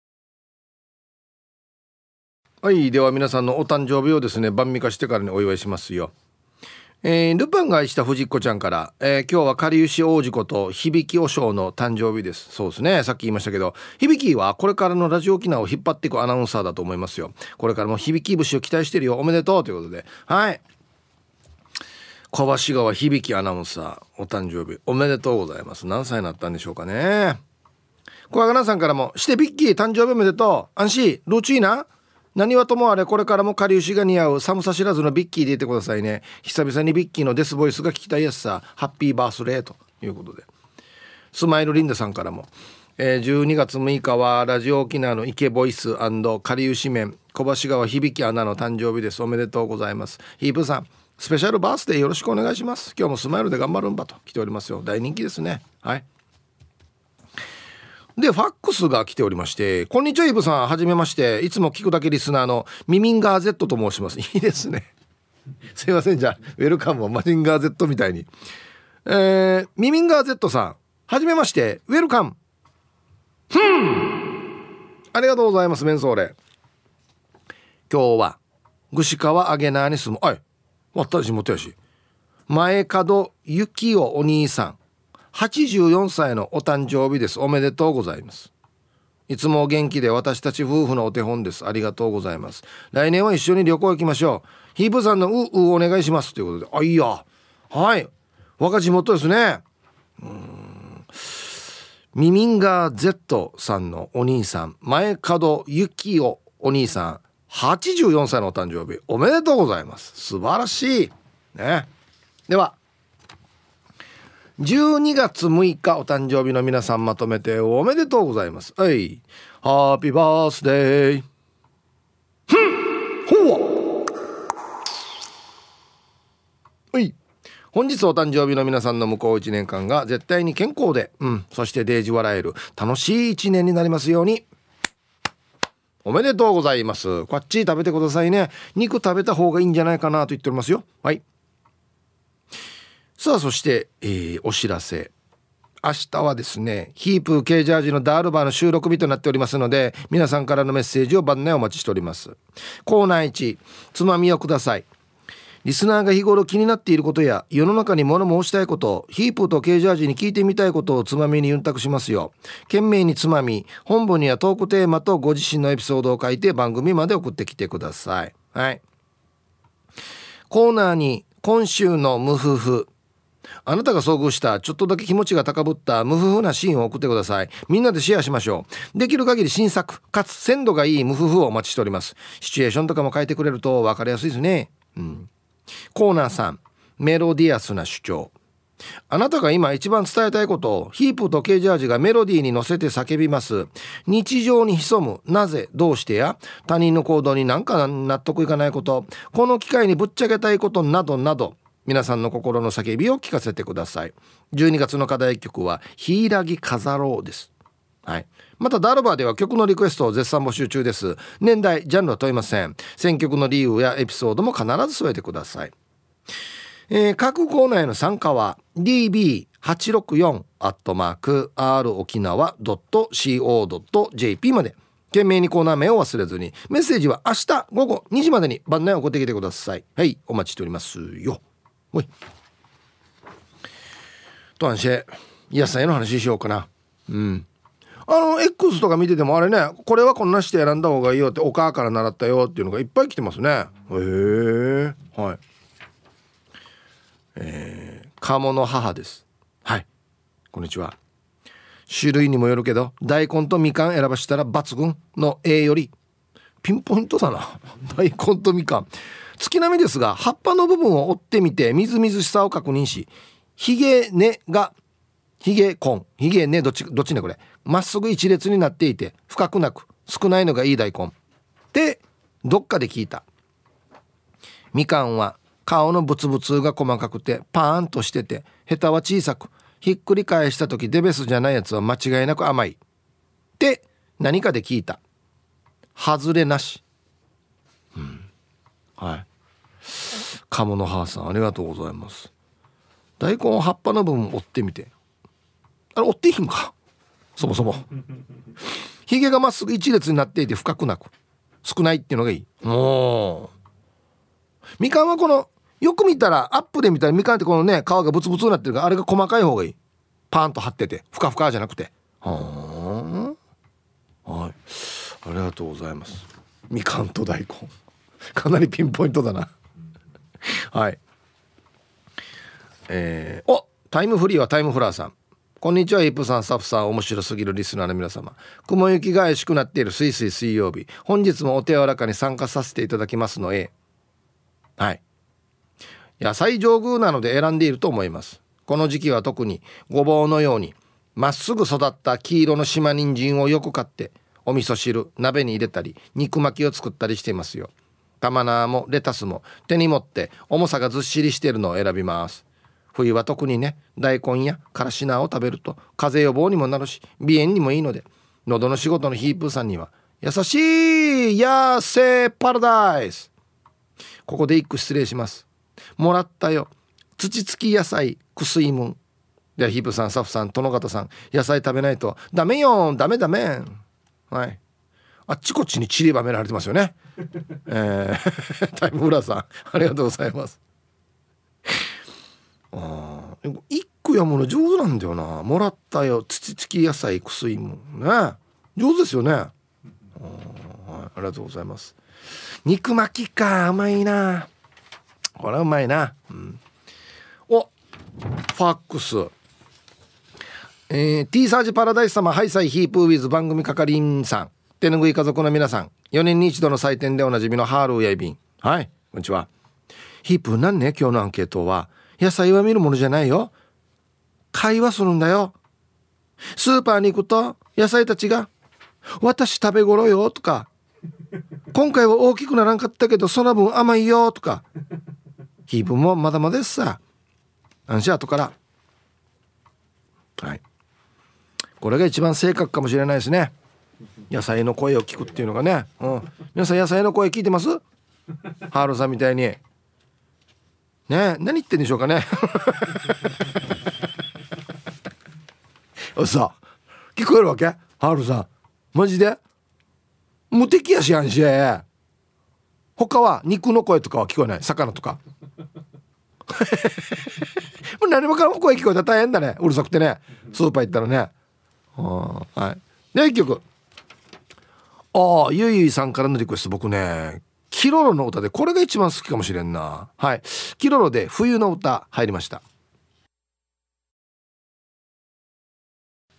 はい、では皆さんのお誕生日をですね、晩味化してからにお祝いしますよ。えー、ルパンが愛した藤子ちゃんから、えー、今日はかりゆし王子こと響お尚の誕生日です。そうですね、さっき言いましたけど、響はこれからのラジオ沖縄を引っ張っていくアナウンサーだと思いますよ。これからも響節を期待してるよ、おめでとうということで、はい、小橋川響アナウンサーお誕生日おめでとうございます。何歳になったんでしょうかね。小川さんからも、してビッキー誕生日おめでとう、安心ルーチーな、何はともあれこれからもかりゆしが似合う寒さ知らずのビッキーでいてくださいね。久々にビッキーのデスボイスが聞きたいやつさ、ハッピーバースデーということで、スマイルリンダさんからも、えー、じゅうにがつむいかはラジオ沖縄のイケボイス&かりゆし面小橋川響アナの誕生日です。おめでとうございます。ヒープさん、スペシャルバースデーよろしくお願いします。今日もスマイルで頑張るんばと来ておりますよ。大人気ですね。はい。でファックスが来ておりまして、こんにちはイブさん、はじめまして、いつも聞くだけリスナーのミミンガー Z と申します。いいですね。すいません、じゃあウェルカムをマジンガー Z みたいに、えー、ミミンガー Z さん、はじめまして、ウェルカム。ふん、ありがとうございます。メンソーレ。今日は串川アゲナーに住む、あい私もとやし前門幸男お兄さんはちじゅうよんさいのお誕生日です。おめでとうございます。いつも元気で私たち夫婦のお手本です。ありがとうございます。来年は一緒に旅行行きましょう。ヒープさんのううお願いしますということで、あ、いいや、はい、我が地元ですね。うーん、ミミンガー Z さんのお兄さん前門幸男お兄さんはちじゅうよんさいのお誕生日おめでとうございます。素晴らしいね。ではじゅうにがつむいかお誕生日の皆さんまとめておめでとうございます。はい、ハッピーバースデー。ふんほわ、はい、本日お誕生日の皆さんの向こういちねんかんが絶対に健康で、うん、そしてデージ笑える楽しいいちねんになりますように。おめでとうございます。こっち食べてくださいね。肉食べた方がいいんじゃないかなと言っておりますよ。はい、さあそして、えー、お知らせ。明日はですね、ヒープ K ジャージのダールバーの収録日となっておりますので、皆さんからのメッセージを番内お待ちしております。コーナーいち、つまみをください。リスナーが日頃気になっていることや世の中に物申したいこと、ヒープと K ジャージに聞いてみたいことをつまみにユンタクしますよ。懸命につまみ、本文にはトークテーマとご自身のエピソードを書いて番組まで送ってきてください。はい。コーナーに今週のムフフ、 あなたが遭遇したちょっとだけ気持ちが高ぶった無夫婦なシーンを送ってください。みんなでシェアしましょう。できる限り新作かつ鮮度がいい無夫婦をお待ちしております。シチュエーションとかも書いてくれると分かりやすいですね。うん、コーナーさん、メロディアスな主張。あなたが今一番伝えたいことをヒープとケージャージがメロディーに乗せて叫びます。日常に潜むなぜどうしてや他人の行動になんか納得いかないこと、この機会にぶっちゃけたいことなどなど、皆さんの心の叫びを聞かせてください。じゅうにがつの課題曲はヒイラギ飾ろうです。はい、またダルバーでは曲のリクエストを絶賛募集中です。年代ジャンルは問いません。選曲の理由やエピソードも必ず添えてください。えー、各コーナーへの参加は ディービーはちろくよん アットマーク アール 沖縄 ドット シーオー ドット ジェーピー まで。懸命にコーナー名を忘れずに。メッセージは明日午後にじまでに番内送ってきてください。はい、お待ちしておりますよ。おいと安心野菜の話しようかな。うん、あの X とか見ててもあれね、これはこんなして選んだ方がいいよってお母から習ったよっていうのがいっぱい来てますね。へえ、はい。えー、鴨の母です。はい、こんにちは。種類にもよるけど大根とみかん選ばしたら抜群の A よりピンポイントだな大根とみかん月並みですが、葉っぱの部分を折ってみてみずみずしさを確認し、ひげ根がひげ根ひげ根どっちどっちねこれまっすぐ一列になっていて深くなく少ないのがいい大根ってどっかで聞いた。みかんは顔のブツブツが細かくてパーンとしててヘタは小さく、ひっくり返した時デベスじゃないやつは間違いなく甘いって何かで聞いた。外れなし。うん、はい。鴨の母さんありがとうございます。大根を葉っぱの部分折ってみて、あれ折っていいんかそもそもひげがまっすぐ一列になっていて深くなく少ないっていうのがいい。おー、みかんはこのよく見たらアップで見たらみかんってこのね皮がブツブツになってるから、あれが細かい方がいい。パーンと張っててふかふかじゃなくて。はあ、はい、ありがとうございます。みかんと大根かなりピンポイントだなはい、えー、おタイムフリーはタイムフラーさん、こんにちは。イープさん、スタッフさん、面白すぎるリスナーの皆様、雲行きが怪しくなっているすいすい水曜日、本日もお手柔らかに参加させていただきますの A。 はい、野菜上宮なので選んでいると思います。この時期は特にごぼうのようにまっすぐ育った黄色の島人参をよく買ってお味噌汁鍋に入れたり肉巻きを作ったりしていますよ。玉菜もレタスも手に持って重さがずっしりしているのを選びます。冬は特にね、大根やからし菜を食べると風邪予防にもなるし鼻炎にもいいので、喉の仕事のヒープーさんには優しい野生パラダイス。ここで一句失礼します。もらったよ土付き野菜くすいもん。ではヒープさん、スタッフさん、殿方さん、野菜食べないとダメよ、ダメダメ。はい、あっちこっちに散りばめられてますよねえー、タイムフラーさんありがとうございます。あ一句読むの上手なんだよな。もらったよ土付き野菜くすいもんね、上手ですよね。あ、はい、ありがとうございます。肉巻きか、甘いな、これはうまいな、うん、おファックス、えー、T サージパラダイス様、ハイサイヒープーウィズ番組係員さん、手ぬぐい家族の皆さん、よねんに一度の祭典でおなじみのハールーやいびん、はい、こんにちは。ヒープなんね、今日のアンケートは野菜は見るものじゃないよ、会話するんだよ。スーパーに行くと野菜たちが私食べ頃よとか今回は大きくならんかったけどその分甘いよとか、ヒープもまだまだですさ、安心後から、はい、これが一番正確かもしれないですね。野菜の声を聞くっていうのがね、うん、皆さん野菜の声聞いてます？ハールさんみたいにね、何言ってんでしょうかねさ聞こえるわけ？ハールさんマジで無敵やし、安心。他は肉の声とかは聞こえない？魚とか何もかも声聞こえたら大変だね、うるさくてね、スーパー行ったらね。はい、で一曲、ああゆいゆいさんからのリクエスト、僕ねキロロの歌でこれが一番好きかもしれんな。はい、キロロで冬の歌入りました。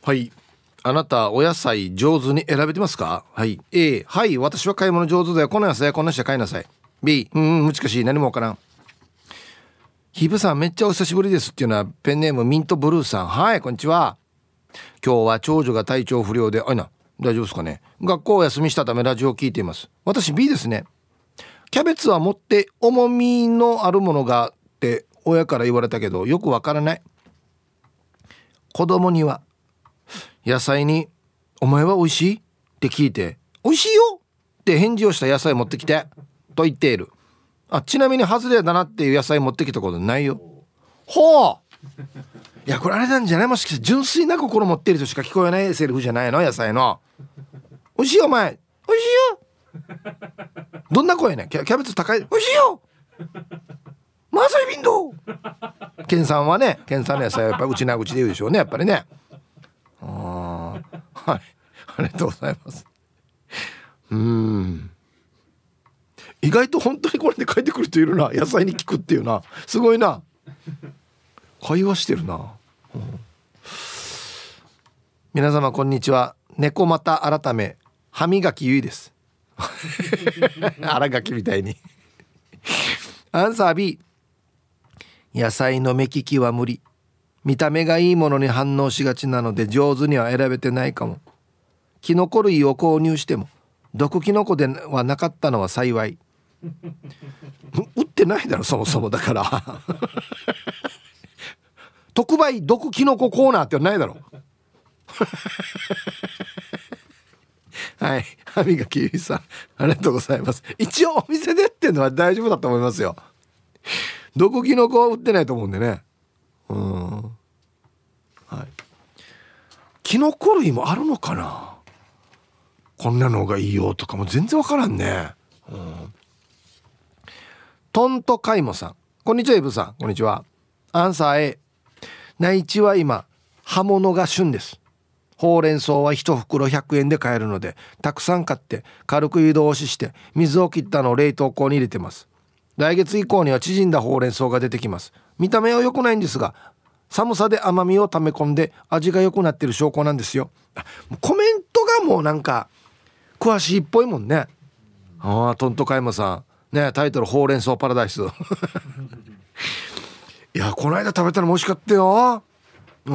はい。あなたお野菜上手に選べてますか？はい。 A、 はい、私は買い物上手だよ、この野菜はこんなして買いなさい。 B、 うん難しい、何もわからん。ヒブさんめっちゃお久しぶりですっていうのはペンネームミントブルーさん。はい、こんにちは。今日は長女が体調不良で、あいな、大丈夫ですかね。学校を休みしたためラジオを聞いています。私 B ですね。キャベツは持って重みのあるものがって親から言われたけどよくわからない。子供には野菜にお前は美味しいって聞いて美味しいよって返事をした野菜持ってきてと言っている。あ、ちなみに外れだなっていう野菜持ってきたことないよ。ほう。いやこれあれなんじゃない、もしかして純粋な心持っている人しか聞こえないセリフじゃないの、野菜の。美味しいよお前、美味しいよ。どんな声ね、キャキャベツ高い、美味しいよ。まさにビンド。ケンさんはね、ケンさんの野菜はやっぱりうちなうちで言うでしょうね、やっぱりね。あ、はい、ありがとうございます。うーん、意外と本当にこれで帰ってくる人いるな、野菜に聞くっていうな、すごいな、会話してるな、うん、皆様こんにちは。猫又改め歯磨きゆいです荒垣みたいにアンサー B、 野菜の目利きは無理。見た目がいいものに反応しがちなので上手には選べてないかも。キノコ類を購入しても毒キノコではなかったのは幸い。売ってないだろそもそも、だから特売毒キノココーナーってないだろはい、歯磨きゆいさんありがとうございます。一応お店でっていうのは大丈夫だと思いますよ。毒キノコは売ってないと思うんでね。うん、はい。キノコ類もあるのかな、こんなのがいいよとかも全然わからんね。うん、トントカイモさん、こんにちは。イブさんこんにちは。アンサー A、 内地は今葉物が旬です。ほうれん草は一袋ひゃくえんで買えるのでたくさん買って軽く湯通しして水を切ったのを冷凍庫に入れてます。来月以降には縮んだほうれん草が出てきます。見た目は良くないんですが寒さで甘みを溜め込んで味が良くなってる証拠なんですよ。コメントがもうなんか詳しいっぽいもんね。ああ、トントカイモさんね、タイトルほうれん草パラダイスいやこの間食べたのも美味しかったよ。うん、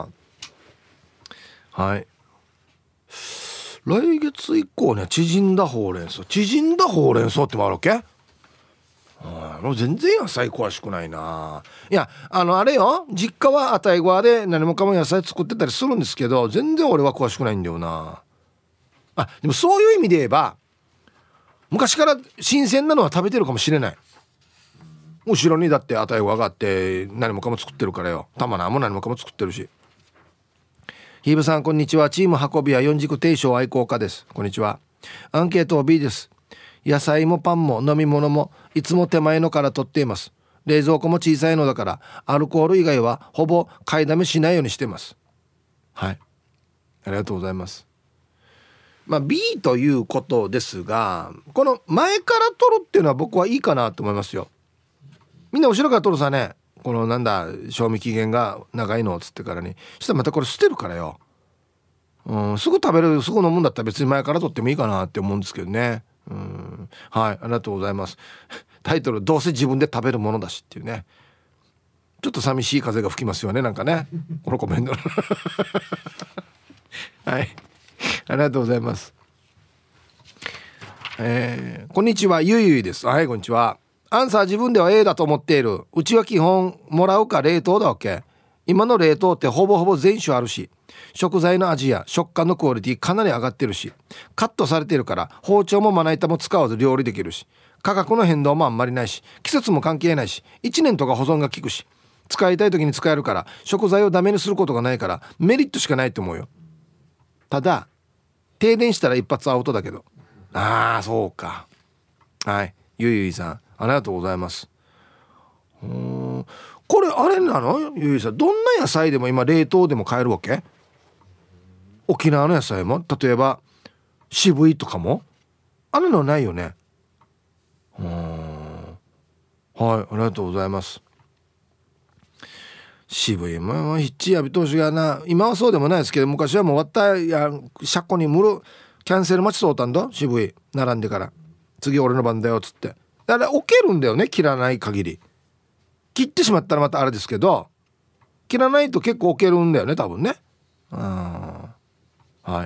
はい。来月以降ね、縮んだほうれん草、縮んだほうれん草ってもあるわけ。あ、もう全然野菜詳しくないな。いや、あのあれよ、実家はあたいごわで何もかも野菜作ってたりするんですけど全然俺は詳しくないんだよな。あ、でもそういう意味で言えば昔から新鮮なのは食べてるかもしれない。後ろにだってあたいごわがあって何もかも作ってるからよ。玉菜も何もかも作ってるし。ヒーブさんこんにちは。チーム運びは四軸定称愛好家です。こんにちは。アンケート B です。野菜もパンも飲み物もいつも手前のから取っています。冷蔵庫も小さいのだからアルコール以外はほぼ買いだめしないようにしてます。はい、ありがとうございます。まあ B ということですが、この前から取るっていうのは僕はいいかなと思いますよ。みんな後ろから取るさね、このなんだ賞味期限が長いのっつってからにしたらまたこれ捨てるからよ。うん、すぐ食べるすぐ飲むんだったら別に前から取ってもいいかなって思うんですけどね。うん、はい、ありがとうございます。タイトルどうせ自分で食べるものだしっていうね。ちょっと寂しい風が吹きますよね、なんかね、このコメントはい、ありがとうございます。えー、こんにちは、ゆいゆいです。はい、こんにちは。アンサー自分では A だと思っている。うちは基本もらうか冷凍だわけ。今の冷凍ってほぼほぼ全種あるし、食材の味や食感のクオリティかなり上がってるし、カットされてるから包丁もまな板も使わず料理できるし、価格の変動もあんまりないし、季節も関係ないし、いちねんとか保存が効くし、使いたい時に使えるから食材をダメにすることがないからメリットしかないと思うよ。ただ停電したら一発アウトだけど。ああそうか。はい、ゆいゆいさんありがとうございます。うーん、これあれなのゆいさん、どんな野菜でも今冷凍でも買えるわけ？沖縄の野菜も例えば渋いとかもあるのないよね。うーん、はい、ありがとうございます。 渋いもうヒッチやび通しがな、今はそうでもないですけど、昔はもう終わったや車庫にむるキャンセル待ちそうたんだ、渋い並んでから次俺の番だよっつって。だから置けるんだよね、切らない限り。切ってしまったらまたあれですけど、切らないと結構置けるんだよね多分ね。うん、はい。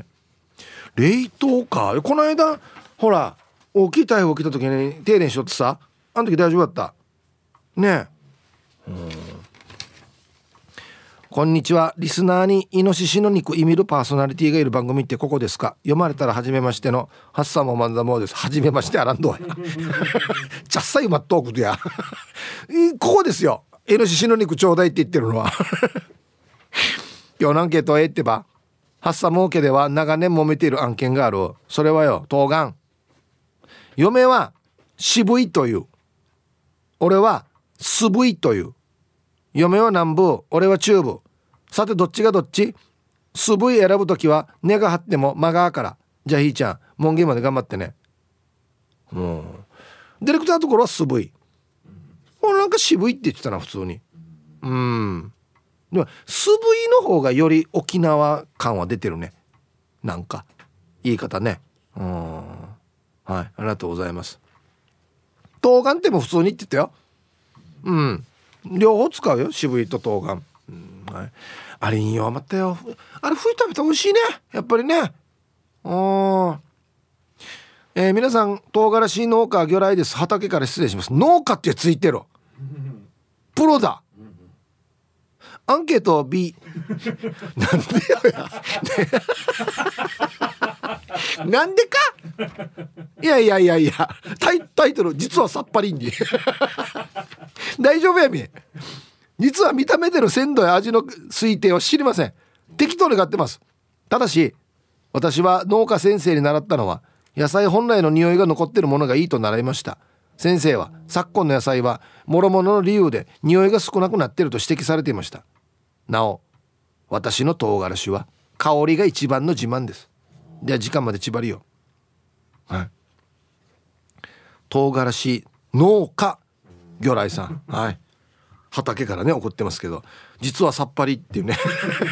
冷凍か。この間ほら大きい台風来た時に停電しよってさ、あの時大丈夫だったねえ。うん、こんにちは。リスナーにイノシシの肉いみるパーソナリティがいる番組ってここですか？読まれたら初めましてのハッサンもマンザモーです。初めましてあらんどやちゃっさいまっとうことやここですよ、イノシシの肉ちょうだいって言ってるのは今日のアンケートはええってば。ハッサモー家では長年揉めている案件がある。それはよ、冬瓜。嫁は渋いという、俺はすぶいという。嫁は南部、俺は中部。さてどっちがどっち？すぶい選ぶときは根が張っても間があから。じゃあひーちゃん門限まで頑張ってね。うん。ディレクターのところはすぶい。俺なんか渋いって言ってたな普通に。うん。でもすぶいの方がより沖縄感は出てるね。なんか言い方ね。うん。はい、ありがとうございます。冬瓜っても普通に言ってたよ。うん。両方使うよ、渋いと冬瓜。うん、はい。あれいいよ、余ったよ。あれ冬食べたら美味しいね、やっぱりね。あ、えー、皆さん唐辛子農家魚雷です。畑から失礼します。農家ってついてる、プロだ。アンケート B なんでよやなんでか。いやいやいやいや、タイ、タイトル実はさっぱりんに大丈夫やみ。実は見た目での鮮度や味の推定は知りません。適当に買ってます。ただし私は農家先生に習ったのは、野菜本来の匂いが残っているものがいいと習いました。先生は昨今の野菜は諸々の理由で匂いが少なくなっていると指摘されていました。なお私の唐辛子は香りが一番の自慢です。じゃあ時間まで縛りよ。はい。唐辛子農家魚雷さん、はい、畑からね送ってますけど、実はさっぱりっていうね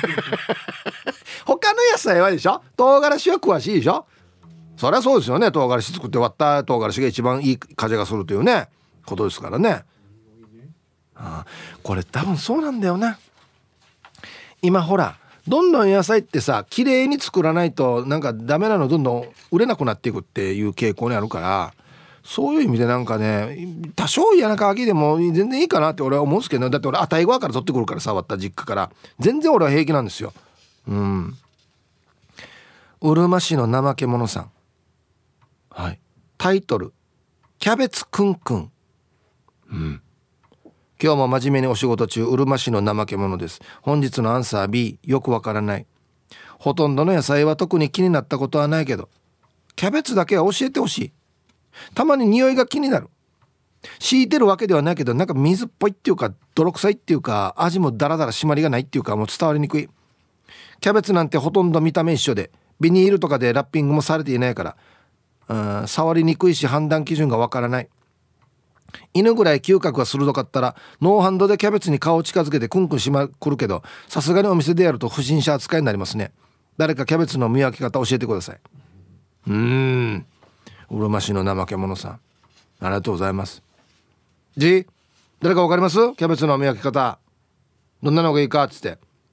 他の野菜はでしょ、唐辛子は詳しいでしょ。そりゃそうですよね。唐辛子作って割った唐辛子が一番いい風がするというねことですからね。ああ、これ多分そうなんだよな。今ほらどんどん野菜ってさ綺麗に作らないとなんかダメなのどんどん売れなくなっていくっていう傾向にあるから、そういう意味でなんかね多少嫌な乾きでも全然いいかなって俺は思うんですけど、だって俺あたい側から取ってくるからさ、割った実家から全然俺は平気なんですよ。うん。うるま市の怠け者さん、はい、タイトルキャベツくんくん。うん。今日も真面目にお仕事中、うるま市の怠け者です。本日のアンサー B、 よくわからない。ほとんどの野菜は特に気になったことはないけどキャベツだけは教えてほしい。たまに匂いが気になる。敷いてるわけではないけどなんか水っぽいっていうか泥臭いっていうか味もダラダラ締まりがないっていうかもう伝わりにくい。キャベツなんてほとんど見た目一緒でビニールとかでラッピングもされていないから、うん、触りにくいし判断基準がわからない。犬ぐらい嗅覚が鋭かったらノーハンドでキャベツに顔を近づけてクンクンしまくるけど、さすがにお店でやると不審者扱いになりますね。誰かキャベツの見分け方教えてください。うーん、うるま市の怠け者さん、ありがとうございます。じ誰かわかります？キャベツの見分け方どんなのがいいかっつって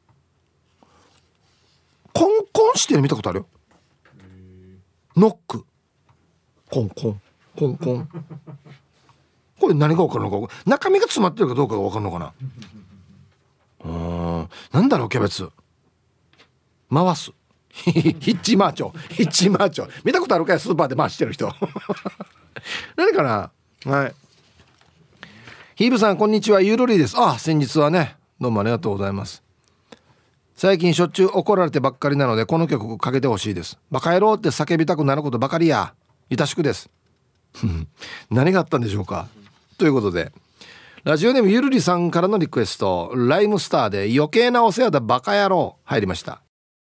コンコンしてる見たことあるよ。ノックコンコンコンコンこれ何が分かるのか、中身が詰まってるかどうかが分かるのかな。うーん、なんだろう、キャベツ回すヒッチマーチョヒッチマーチョ見たことあるかい、スーパーで回してる人何かな。はい。ヒーブさんこんにちは、ゆるりです。あ、先日はねどうもありがとうございます。最近しょっちゅう怒られてばっかりなのでこの曲かけてほしいです。バカ野郎って叫びたくなることばかりや。いたしくです何があったんでしょうか。ということでラジオネームゆるりさんからのリクエスト、ライムスターで余計なお世話だバカ野郎入りました。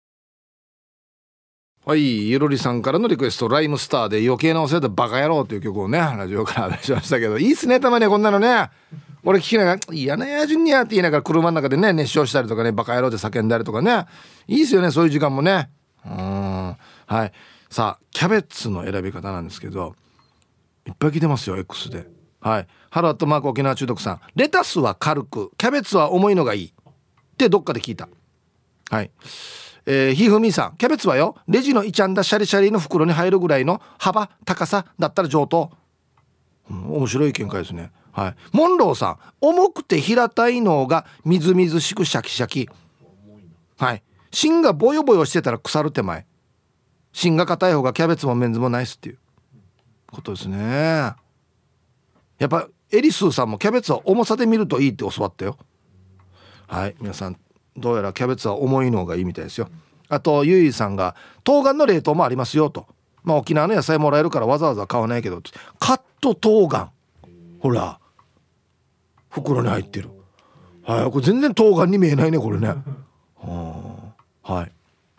はい、ゆるりさんからのリクエスト、ライムスターで余計なお世話だバカ野郎という曲をねラジオから出しましたけど、いいっすね、たまにはこんなのね。 俺聞きながら嫌なやじんにゃって言いながら車の中でね熱唱したりとかねバカ野郎で叫んだりとかねいいですよねそういう時間もね。うんはいさあキャベツの選び方なんですけどいっぱい来てますよ X で。はいハローアットマーク沖縄中毒さんレタスは軽くキャベツは重いのがいいってどっかで聞いた。はいえー、ひふみさんキャベツはよレジのいちゃんだシャリシャリの袋に入るぐらいの幅高さだったら上等、うん、面白い見解ですね。はいモンローさん重くて平たいのがみずみずしくシャキシャキ。はい芯がボヨボヨしてたら腐る手前芯が硬い方がキャベツもメンズもナイスっていうことですね。やっぱエリスーさんもキャベツは重さで見るといいって教わったよ。はい皆さんどうやらキャベツは重いのがいいみたいですよ。あとゆいさんが冬瓜の冷凍もありますよと。まあ沖縄の野菜もらえるからわざわざ買わないけどカット冬瓜ほら袋に入ってる。はいこれ全然冬瓜に見えないねこれね。ははい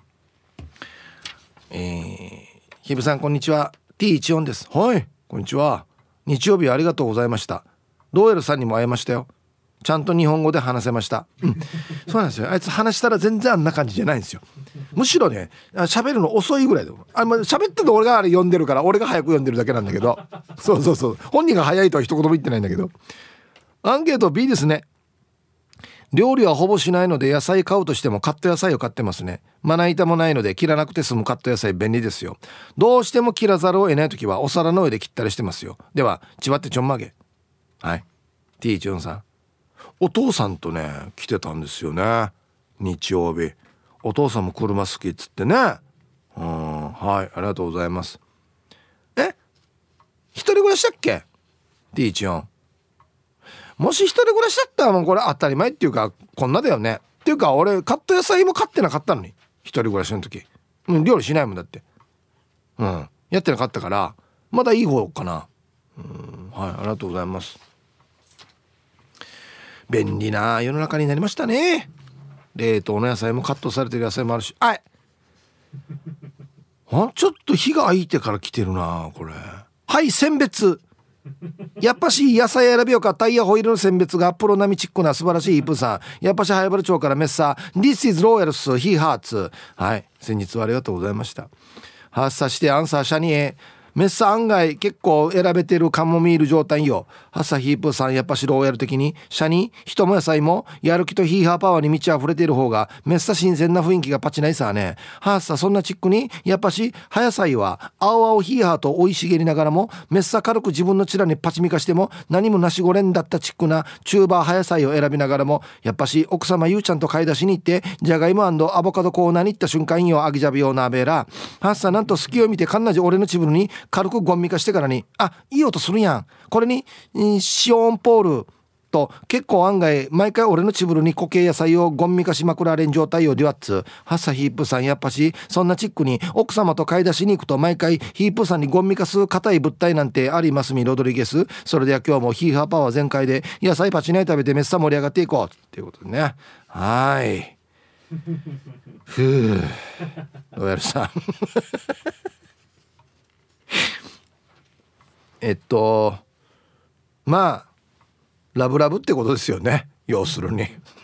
えー、ひぶさんこんにちは ティーいちよん です。はいこんにちは日曜日ありがとうございました。ローエルさんにも会えましたよ。ちゃんと日本語で話せました、うん、そうなんですよ。あいつ話したら全然あんな感じじゃないんですよ。むしろね喋るの遅いぐらいであ喋ってるの俺があれ読んでるから俺が早く読んでるだけなんだけどそうそうそう本人が早いとは一言も言ってないんだけど。アンケート ビー ですね。料理はほぼしないので野菜買うとしてもカット野菜を買ってますね。まな板もないので切らなくて済むカット野菜便利ですよ。どうしても切らざるを得ないときはお皿の上で切ったりしてますよ。ではちばってちょんまげ。はい ティーいちよん さんお父さんとね来てたんですよね日曜日。お父さんも車好きっつってね。うんはいありがとうございます。え一人暮らしだっけ ティーいちよん。もし一人暮らしだったらもうこれ当たり前っていうかこんなだよねっていうか俺カット野菜も買ってなかったのに一人暮らしの時、うん、料理しないもんだってうんやってなかったからまだいい方かな。うんはいありがとうございます。便利な世の中になりましたね。冷凍の野菜もカットされてる野菜もあるしはいちょっと火が空いてから来てるなこれ。はい選別やっぱし野菜選びよかタイヤホイールの選別がプロ並みチックな素晴らしいイープーさん。やっぱし早原町からメッサー This is Royals He Hearts。 はい先日はありがとうございました。発作してアンサーシャニエメッサ案外結構選べてるカモミール状態よ。ハッサヒープーさんやっぱしローヤル的にシャニ人も野菜もやる気とヒーハーパワーに満ち溢れている方がメッサ新鮮な雰囲気がパチないさね。ハッサそんなチックにやっぱし葉野菜は青々ヒーハーと生い茂りながらもメッサ軽く自分のチラにパチミカしても何もなしごれんだったチックなチューバー葉野菜を選びながらもやっぱし奥様ゆうちゃんと買い出しに行ってジャガイモ&アボカドコーナーに行った瞬間よアギジャビオナーベーラハッサなんと隙を見てかんなじ俺のチブルに軽くゴンミカしてからにあいい音するやんこれに、うん、シオンポールと結構案外毎回俺のチブルに固形野菜をゴンミカしまくられん状態をデュアッツハッサヒープさんやっぱしそんなチックに奥様と買い出しに行くと毎回ヒープさんにゴンミカす硬い物体なんてありますみロドリゲス。それでは今日もヒーハーパワー全開で野菜パチナイ食べてめっさ盛り上がっていこうっていうことでね。はいふうロイヤルさんえっとまあラブラブってことですよね要するに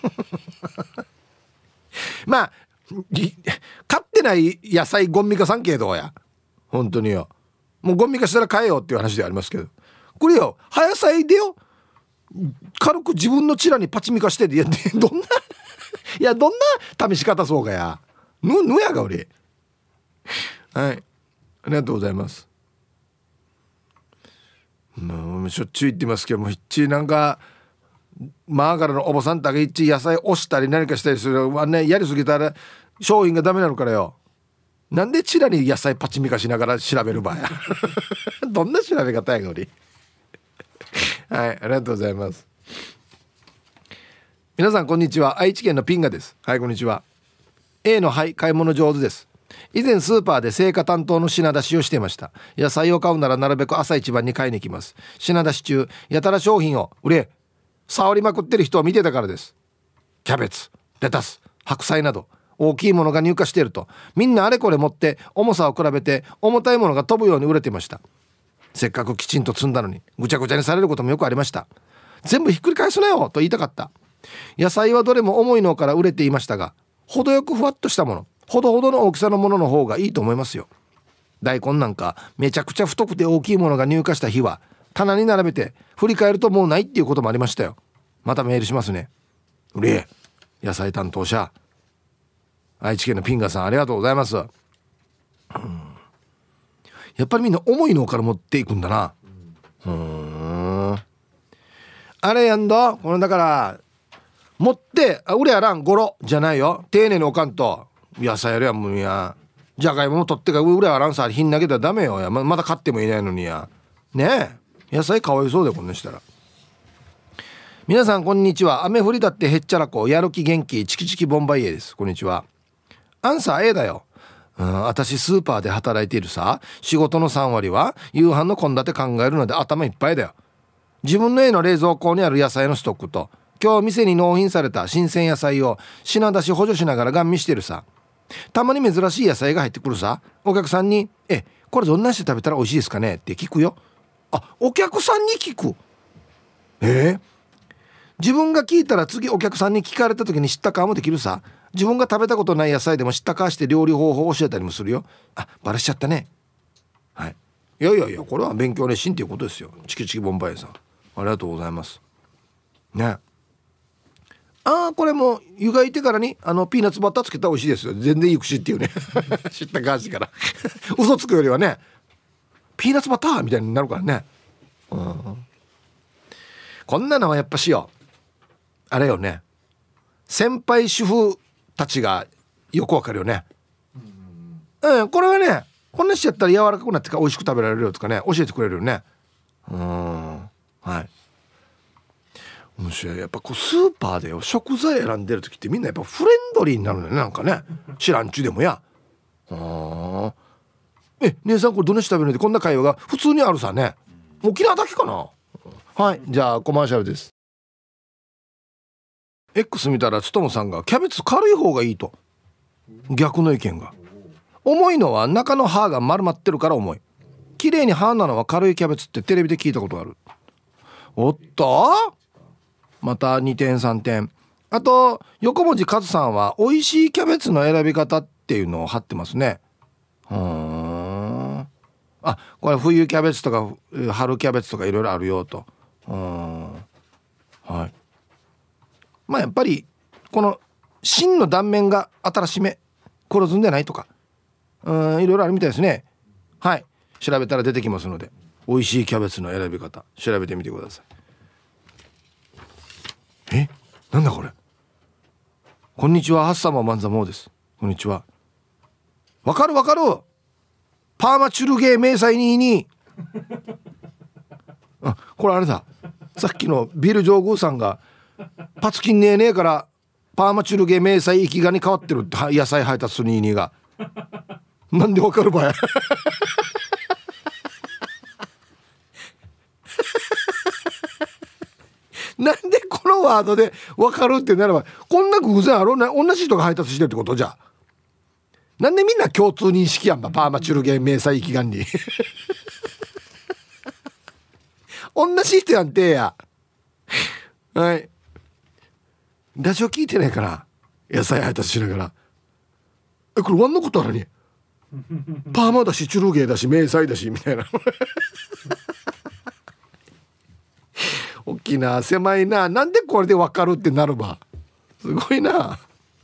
まあ飼ってない野菜ゴンミカさん系どうや本当によもうゴンミカしたら買えよっていう話でありますけどこれよ葉野菜でよ軽く自分のチラにパチミカしてでやってどんないやどんな試し方そうかやぬぬやが俺はいありがとうございます。もうしょっちゅう言ってますけどもひっちなんかマーガラのおばさんだけいっち野菜押したり何かしたりするあ、ね、やりすぎたら商品がダメなのからよなんでチラに野菜パチミカしながら調べる場合やどんな調べ方やが俺はいありがとうございます。皆さんこんにちは愛知県のピンガです。はいこんにちは。 A のはい買い物上手です。以前スーパーで青果担当の品出しをしていました。野菜を買うならなるべく朝一番に買いに行きます。品出し中やたら商品を売れ触りまくってる人を見てたからです。キャベツレタス白菜など大きいものが入荷しているとみんなあれこれ持って重さを比べて重たいものが飛ぶように売れていました。せっかくきちんと積んだのにぐちゃぐちゃにされることもよくありました。 全部ひっくり返すなよと言いたかった。野菜はどれも重いのから売れていましたが、程よくふわっとしたもの、ほどほどの大きさのものの方がいいと思いますよ。大根なんかめちゃくちゃ太くて大きいものが入荷した日は棚に並べて振り返るともうないっていうこともありましたよ。またメールしますね。うれえ野菜担当者、愛知県のピンガさんありがとうございます。うん、やっぱりみんな重いのから持っていくんだな。うーん、あれやんだこのだから持ってあ売れやらんゴロじゃないよ、丁寧におかんと野菜やるやんもんや。じゃがいもも取ってから売れやらんさひん投げたらダメよや ま, まだ買ってもいないのにやねえ、野菜かわいそうでこんなしたら。皆さんこんにちは。雨降りだってへっちゃらこやる気元気チキチキボンバイエです。こんにちは。アンサー A だよ。うん、私スーパーで働いているさ。仕事のさん割は夕飯の献立考えるので頭いっぱいだよ。自分の家の冷蔵庫にある野菜のストックと今日店に納品された新鮮野菜を品出し補助しながらガン見してるさ。たまに珍しい野菜が入ってくるさ。お客さんにえこれどんなして食べたら美味しいですかねって聞くよ。あ、お客さんに聞く。えー、自分が聞いたら次お客さんに聞かれた時に知ったかもできるさ。自分が食べたことない野菜でも知ったかして料理方法を教えたりもするよ。あ、バラしちゃったね。はい、いやいやいやこれは勉強熱心っていうことですよ。チキチキボンバイさんありがとうございますね。あーこれも湯がいてからにあのピーナッツバターつけたら美味しいですよ。全然いい口っていうね知ったかしてから嘘つくよりはねピーナッツバターみたいになるからね。うん、こんなのはやっぱしよあれよね、先輩主婦たちがよくわかるよね。うん、これはねこんなしちゃったら柔らかくなってから美味しく食べられるよとかね教えてくれるよね。うん、はい、面白い。やっぱこうスーパーでよ食材選んでる時ってみんなやっぱフレンドリーになるのよね。なんかね知らんちゅうでもやあえ姉さんこれどんなして食べるのってこんな会話が普通にあるさね。沖縄だけかな。はい、じゃあコマーシャルです。 X 見たらつともさんがキャベツ軽い方がいいと逆の意見が。重いのは中の歯が丸まってるから重い。綺麗に歯なのは軽いキャベツってテレビで聞いたことある。おっとまたにてんさんてん。あと横文字カズさんは美味しいキャベツの選び方っていうのを貼ってますね。うーん、あこれ冬キャベツとか春キャベツとかいろいろあるよと。うーん、はい、まあやっぱりこの芯の断面が新しめ黒ずんでないとかうんいろいろあるみたいですね。はい、調べたら出てきますので美味しいキャベツの選び方調べてみてください。えなんだこれ。こんにちはハッサママンザモーです。こんにちは。わかるわかるパーマチュルゲー明細ににあこれあれださっきのビル上宮さんがパツキンねえねえからパーマチュルゲ明細生きがに変わってるって野菜配達するににがなんでわかるばやなんでこのワードで分かるってなればこんな偶然あろうな。同じ人が配達してるってことじゃ。なんでみんな共通認識やんばパーマチュルゲ明細一眼に同じ人やんてや。はい、ラジオ聞いてないから野菜配達しながらえこれワンのことあるにパーマだしチュルゲだし明細だしみたいな大きな狭いな。なんでこれで分かるってなるばすごいな。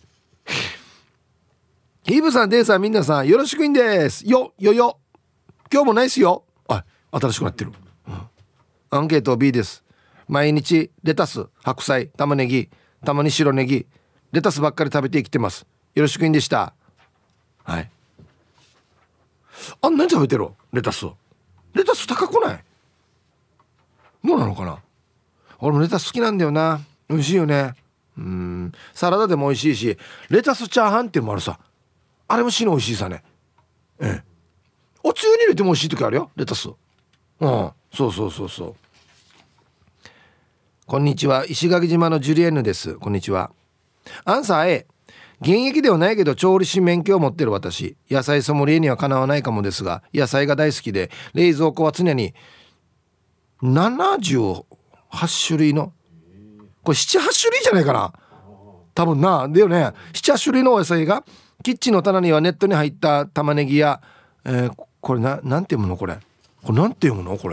ヒブさんデイさんみんなさんよろしくいんですよよよ今日もナイスよ。あ新しくなってる、うん、アンケート B です。毎日レタス白菜玉ねぎたまに白ネギレタスばっかり食べて生きてます。よろしくいんでした。はい、あんなに食べてるレタスレタス高くないどうなのかな。俺もレタス好きなんだよな。美味しいよね。うーんサラダでも美味しいしレタスチャーハンっていうのもあるさ。あれもしの美味しいさね。ええおつゆに入れても美味しい時あるよレタス。うんそうそうそうそう。こんにちは石垣島のジュリエンヌです。こんにちは。アンサー A。 現役ではないけど調理師免許を持ってる私野菜ソムリエにはかなわないかもですが野菜が大好きで冷蔵庫は常にななじゅうはち種類の、これなな、はち種類じゃないかな多分な。だよね。なな、はち種類のお野菜がキッチンの棚にはネットに入った玉ねぎや、えー、これな、なんて読むのこれ。これなんて読むのこれ。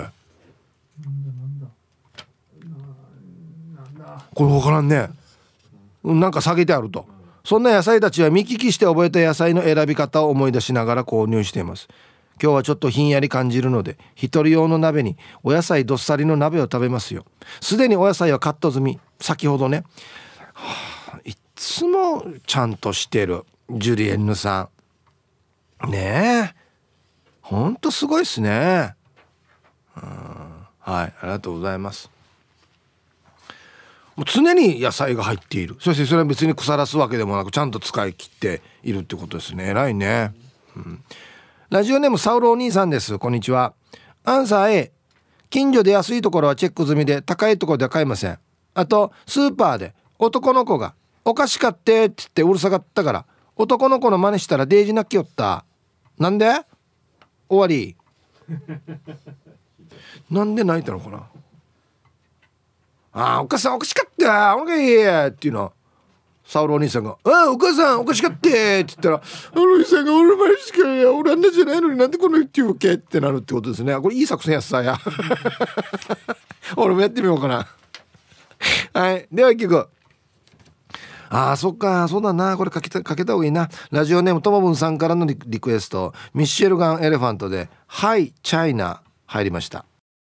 これ分からんね。なんか下げてあると。そんな野菜たちは見聞きして覚えた野菜の選び方を思い出しながら購入しています。今日はちょっとひんやり感じるので一人用の鍋にお野菜どっさりの鍋を食べますよ。すでにお野菜はカット済み。先ほどね、はあ、いつもちゃんとしてるジュリエンヌさんねえ、ほんとすごいっすね。うん、はい、ありがとうございます。もう常に野菜が入っている。そしてそれは別に腐らすわけでもなくちゃんと使い切っているってことですね。偉いね、うん、ラジオネームサウロお兄さんです。こんにちは。アンサー A、 近所で安いところはチェック済みで高いところでは買いません。あとスーパーで男の子がお菓子買ってって言ってうるさかったから男の子の真似したらデージ泣きよった。なんで終わりなんで泣いたのかな。あー、お母さんお菓子買ってお願いっていうのサウロお兄さんが、あーお母さんお菓子買ってって言ったら、お兄さんが俺前しか俺あんなじゃないのになんでこの言って言うわけってなるってことですね。これいい作戦やつさや俺もやってみようかなはい、では一曲。あーそっか、そうだな、これかけた、かけた方がいいな。ラジオネームともぶんさんからのリリクエスト、ミッシェルガンエレファントでハイチャイナ入りました。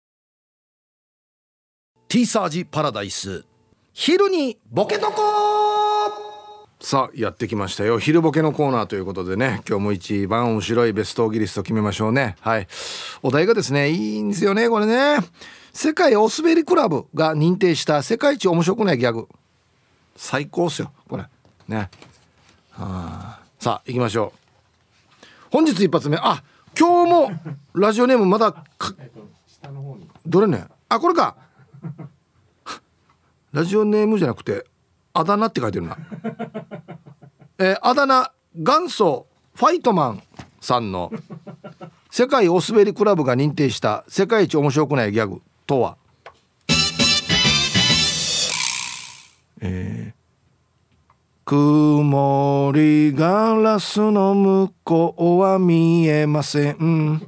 ティーサージパラダイス、昼にボケとこ。さあやってきましたよ、昼ボケのコーナーということでね、今日も一番面白いベストオギリスト決めましょうね。はい、お題がですね、いいんですよねこれね。世界おすべりクラブが認定した世界一面白くないギャグ。最高っすよこれね。はあ、さあ行きましょう。本日一発目、あ、今日もラジオネームまだかどれね、あこれかラジオネームじゃなくてあだ名って書いてるなえー、あだ名元祖ファイトマンさんの世界おすべりクラブが認定した世界一面白くないギャグとは。えー、曇りガラスの向こうは見えません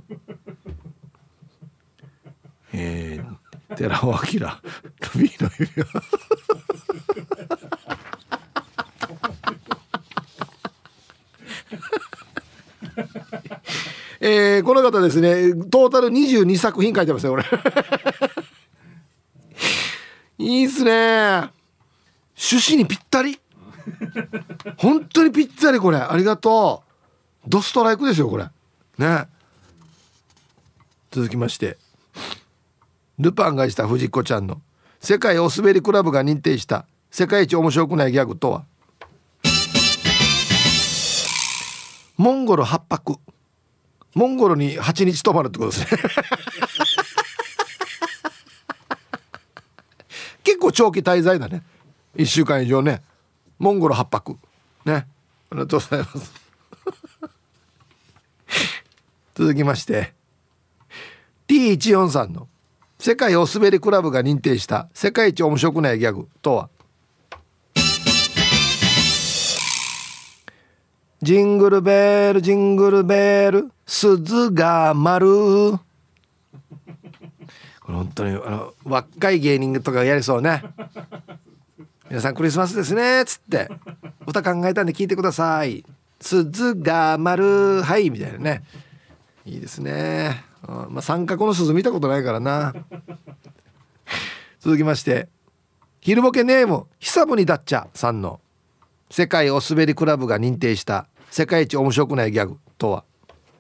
えー、寺尾明ルビーの指輪えー、この方ですね、トータルにじゅうにさく品書いてますよこれいいっすね、趣旨にぴったり本当にぴったり、これありがとう、ドストライクですよこれね。続きまして、ルパンがした藤子ちゃんの世界おすべりクラブが認定した世界一面白くないギャグとは。モンゴルはっぱく、モンゴルにはちにち泊まるってことですね結構長期滞在だね、いっしゅうかん以上ね。モンゴルはっぱくね、ありがとうございます続きまして ティーいちよんさん の世界おすべりクラブが認定した世界一面白くないギャグとは。ジングルベルジングルベル鈴が鳴るこれ本当にあの若い芸人とかがやりそうね皆さんクリスマスですねっつって歌考えたんで聞いてください、鈴が鳴るはいみたいなね、いいですね。あ、まあ、三角の鈴見たことないからな続きまして昼ボケネーム久ぶにだっちゃさんの世界おすべりクラブが認定した世界一面白くないギャグとは。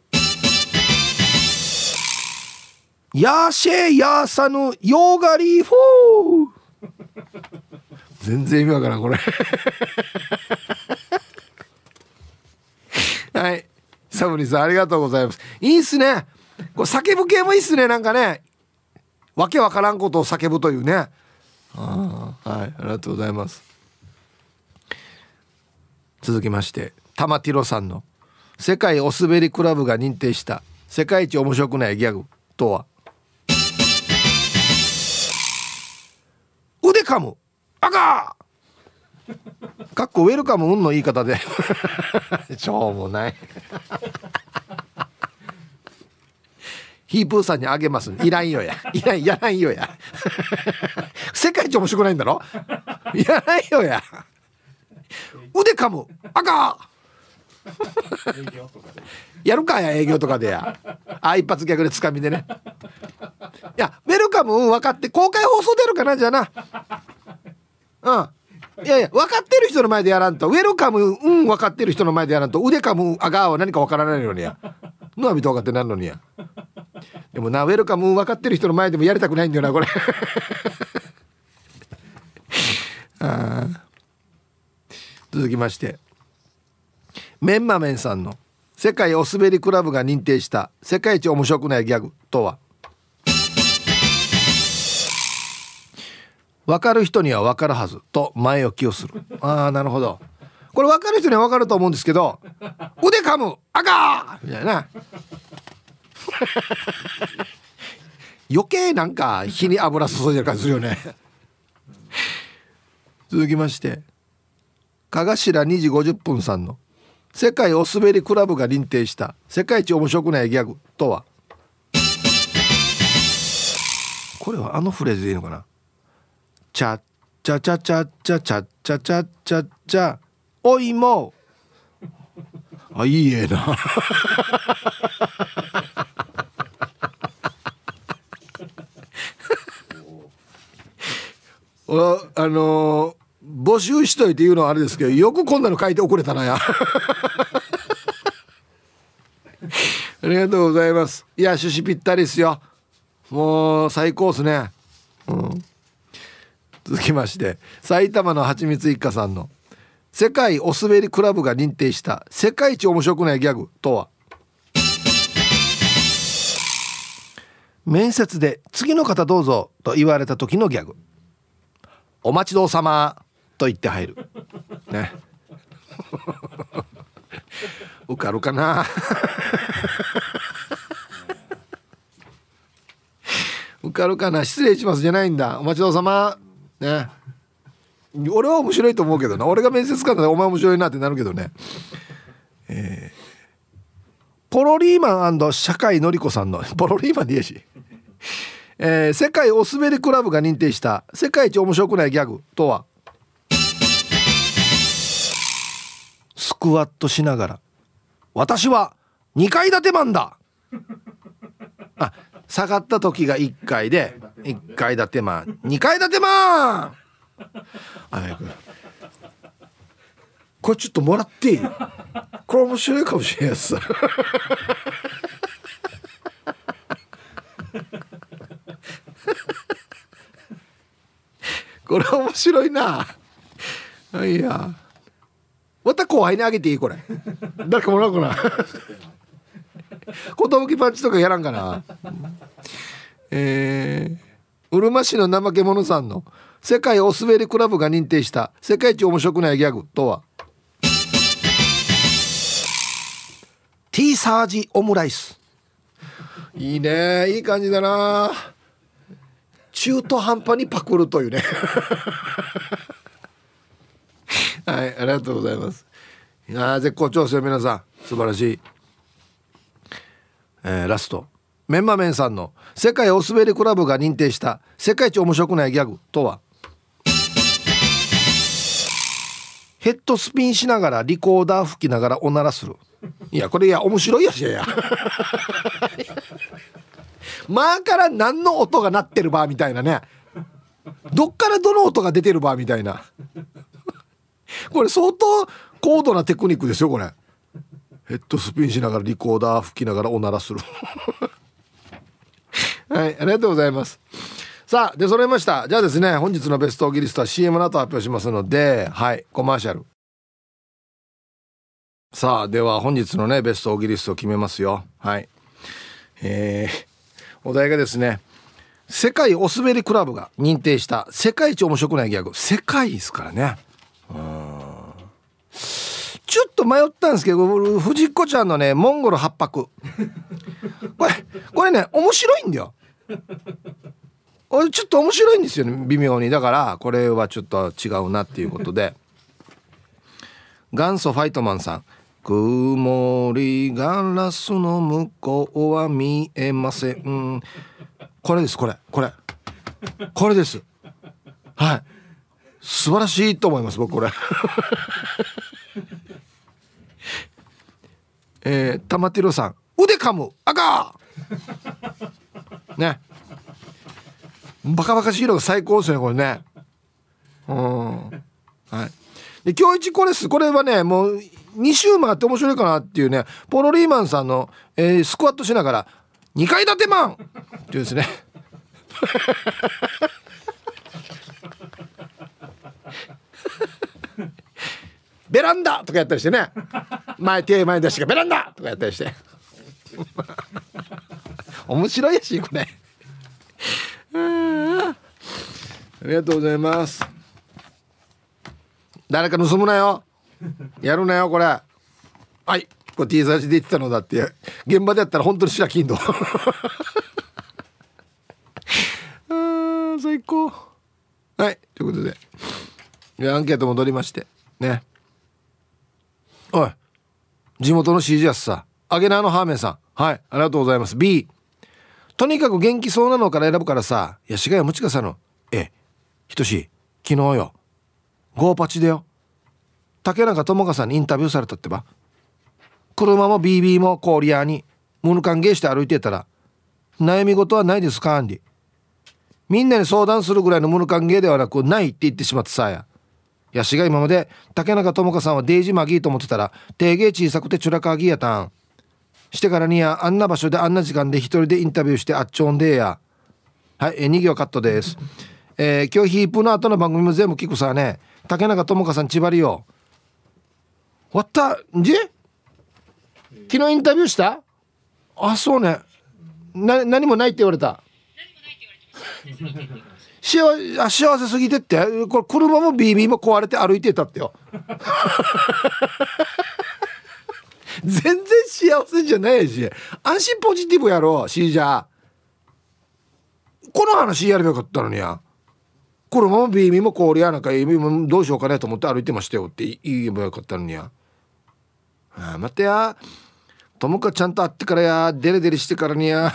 ヤーシェヤーサヌヨーガリーフォー全然意味わからんこれはい、サブリさんありがとうございます。いいっすねこれ、叫ぶ系もいいっすね、なんかねわけわからんことを叫ぶというね。あ、はい、ありがとうございます。続きまして玉ティロさんの世界おすべりクラブが認定した世界一面白くないギャグとは。 噛む赤かっこウェルカム運の言い方でしょうもないヒープーさんにあげます。いらんよやいらんやらんよや世界一面白くないんだろいらないよや腕噛む赤やるかや営業とかでやあ一発逆でつかみでねいやウェルカム運分かって公開放送出るかなじゃあなうんいやいや分かってる人の前でやらんとウェルカムうん分かってる人の前でやらんと腕噛むあがーは何か分からないのにやのは見と分かってなんのにやでもなウェルカムうん分かってる人の前でもやりたくないんだよなこれあ続きましてメンマメンさんの世界おすべりクラブが認定した世界一面白くないギャグとは分かる人には分かるはずと前置きをする。ああなるほどこれ分かる人には分かると思うんですけど腕噛む赤みたいな余計なんか火に油注いでる感じするよね続きましてかがしらにじごじゅっぷんさんの世界おすべりクラブが認定した世界一面白くないギャグとはこれはあのフレーズでいいのかなチャッチャチャチャチャチャチャチャチャチャおいもあいいえなあのー、募集しといて言うのはあれですけどよくこんなの書いておくれたなやありがとうございます。いや趣旨ぴったりですよもう最高ですね、うん、続きまして埼玉のはちみつ一家さんの世界おすべりクラブが認定した世界一面白くないギャグとは面接で次の方どうぞと言われた時のギャグお待ちどうさまと言って入るね受かるかな受かるかな失礼しますじゃないんだお待ちどうさまね俺は面白いと思うけどな俺が面接官だお前面白いなってなるけどね、えー、ポロリーマン&社会のりこさんのポロリーマンでいいし、えー、世界おすべりクラブが認定した世界一面白くないギャグとはスクワットしながら私はにかい建てマンだあ下がった時がいっかいでいっかい建てマンにかい建てマンあこれちょっともらっていいこれ面白いかもしれないですこれ面白いないやまた後輩にあげていいこれ誰かもらおうかなことぶきパンチとかやらんかなえー、うるま市の怠け者さんの世界おすべりクラブが認定した世界一面白くないギャグとはティーサージオムライスいいねいい感じだな中途半端にパクるというねはいありがとうございます。いや絶好調ですよ皆さん素晴らしい、えー、ラストメンマメンさんの世界おすべりクラブが認定した世界一面白くないギャグとはヘッドスピンしながらリコーダー吹きながらおならする。いやこれいや面白いやしややまあから何の音が鳴ってるばみたいなねどっからどの音が出てるばみたいなこれ相当高度なテクニックですよこれ。ヘッドスピンしながらリコーダー吹きながらおならするはいありがとうございます。さあで揃いました。じゃあですね本日のベストオギリストは シーエム の後発表しますのではいコマーシャル。さあでは本日のねベストオギリストを決めますよ。はいえー、お題がですね世界おすべりクラブが認定した世界一面白くないギャグ。世界ですからね。うーんちょっと迷ったんですけど藤子ちゃんのねモンゴル八拍これこれね面白いんだよ。 おちょっと面白いんですよね、微妙に。だからこれはちょっと違うなっていうことで元祖ファイトマンさん、曇りガラスの向こうは見えません。これです、これこれこれです。はい、素晴らしいと思います僕これえー、玉ティロさん、腕噛む赤ね、バカバカしい色が最高ですねこれね。うん、はい。で今日一これです。これはねもうに周回って面白いかなっていうね、ポロリーマンさんの、えー、スクワットしながらにかい建てマンっていうですねベランダとかやったりしてね、前手前出しがベランダとかやったりして面白いやしこれありがとうございます。誰か盗むなよ、やるなよこれ。はい、これ T サーチで言ってたのだって現場でやったら本当に白金土あ最高。はい、ということでアンケート戻りましてね。おい、地元の シージー やすさアゲナーのハーメンさん、はい、ありがとうございます。 B、 とにかく元気そうなのから選ぶからさ、いやしがやむちかさのえひとし昨日よゴーパチでよ竹中智香さんにインタビューされたってば、車も ビービー もコーリアーにムヌ歓迎して歩いてたら悩み事はないですかアンディ、みんなに相談するぐらいのムヌ歓迎ではなくないって言ってしまってさや、やしが今まで竹中智香さんはデイジマギーと思ってたら定芸小さくてチュラカーギーやたんしてからにやあんな場所であんな時間で一人でインタビューしてあっちょんでや。はい、えに行カットです、えー、今日ヒープの後の番組も全部聞くさね。竹中智香さん千葉りよわったんじ昨日インタビューした。あそうね、な何もないって言われた。幸せ、あ幸せすぎてってこれ車も ビービー も壊れて歩いてたってよ全然幸せじゃないし安心ポジティブやろしーじゃこの話やればよかったのにや、車も ビービー も氷やなんかどうしようかねと思って歩いてましたよって言えばよかったのにや。ああ待ってやともかちゃんと会ってからやデレデレしてからにや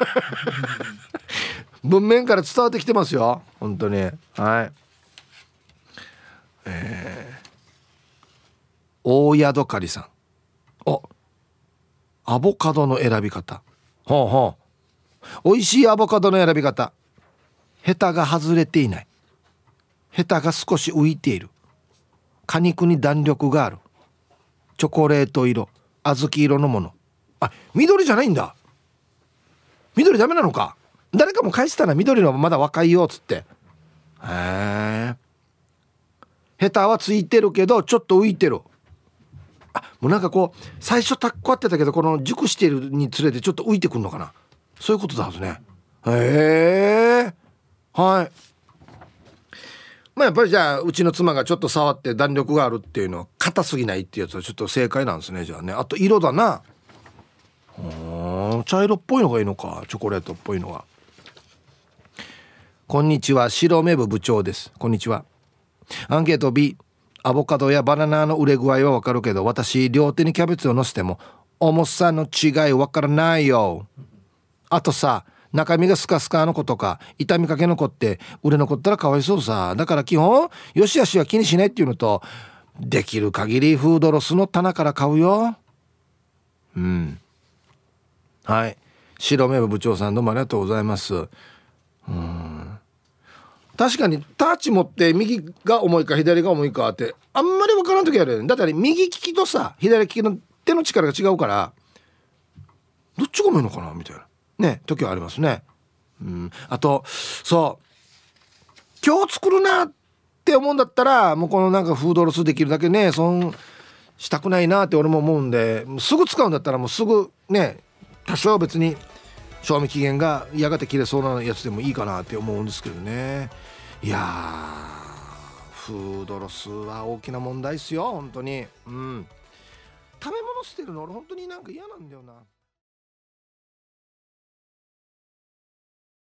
文面から伝わってきてますよ本当に。はい、えー、大宿狩りさん、おアボカドの選び方、ほうほう、美味しいアボカドの選び方、ヘタが外れていない、ヘタが少し浮いている、果肉に弾力がある、チョコレート色小豆色のもの、あ緑じゃないんだ、緑ダメなのか、誰かも返したら緑のまだ若いよっつって、へえ、ヘタはついてるけどちょっと浮いてる、あもうなんかこう最初タッコあってたけどこの熟しているにつれてちょっと浮いてくるのかな、そういうことだはずね。へえ、はい。まあやっぱりじゃあうちの妻がちょっと触って弾力があるっていうのは硬すぎないっていうやつはちょっと正解なんですね。じゃあね、あと色だな、茶色っぽいのがいいのか、チョコレートっぽいのが。こんにちは、白目部部長です。こんにちは。アンケート B、 アボカドやバナナの売れ具合はわかるけど私両手にキャベツを乗せても重さの違いわからないよ。あとさ中身がスカスカの子とか痛みかけの子って売れ残ったらかわいそうさ。だから基本よしあしは気にしないっていうのとできる限りフードロスの棚から買うよ。うん、はい、白目部部長さんどうもありがとうございます。うん、確かにタッチ持って右が重いか左が重いかってあんまり分からん時あるよね。だって右利きとさ左利きの手の力が違うからどっちが重いのかなみたいなね時はありますね。うん、あとそう今日作るなって思うんだったらもうこのなんかフードロスできるだけね損したくないなって俺も思うんで、すぐ使うんだったらもうすぐね多少別に賞味期限がやがて切れそうなやつでもいいかなって思うんですけどね。いやーフードロスは大きな問題ですよ本当に。うん、食べ物捨てるの俺本当になんか嫌なんだよな。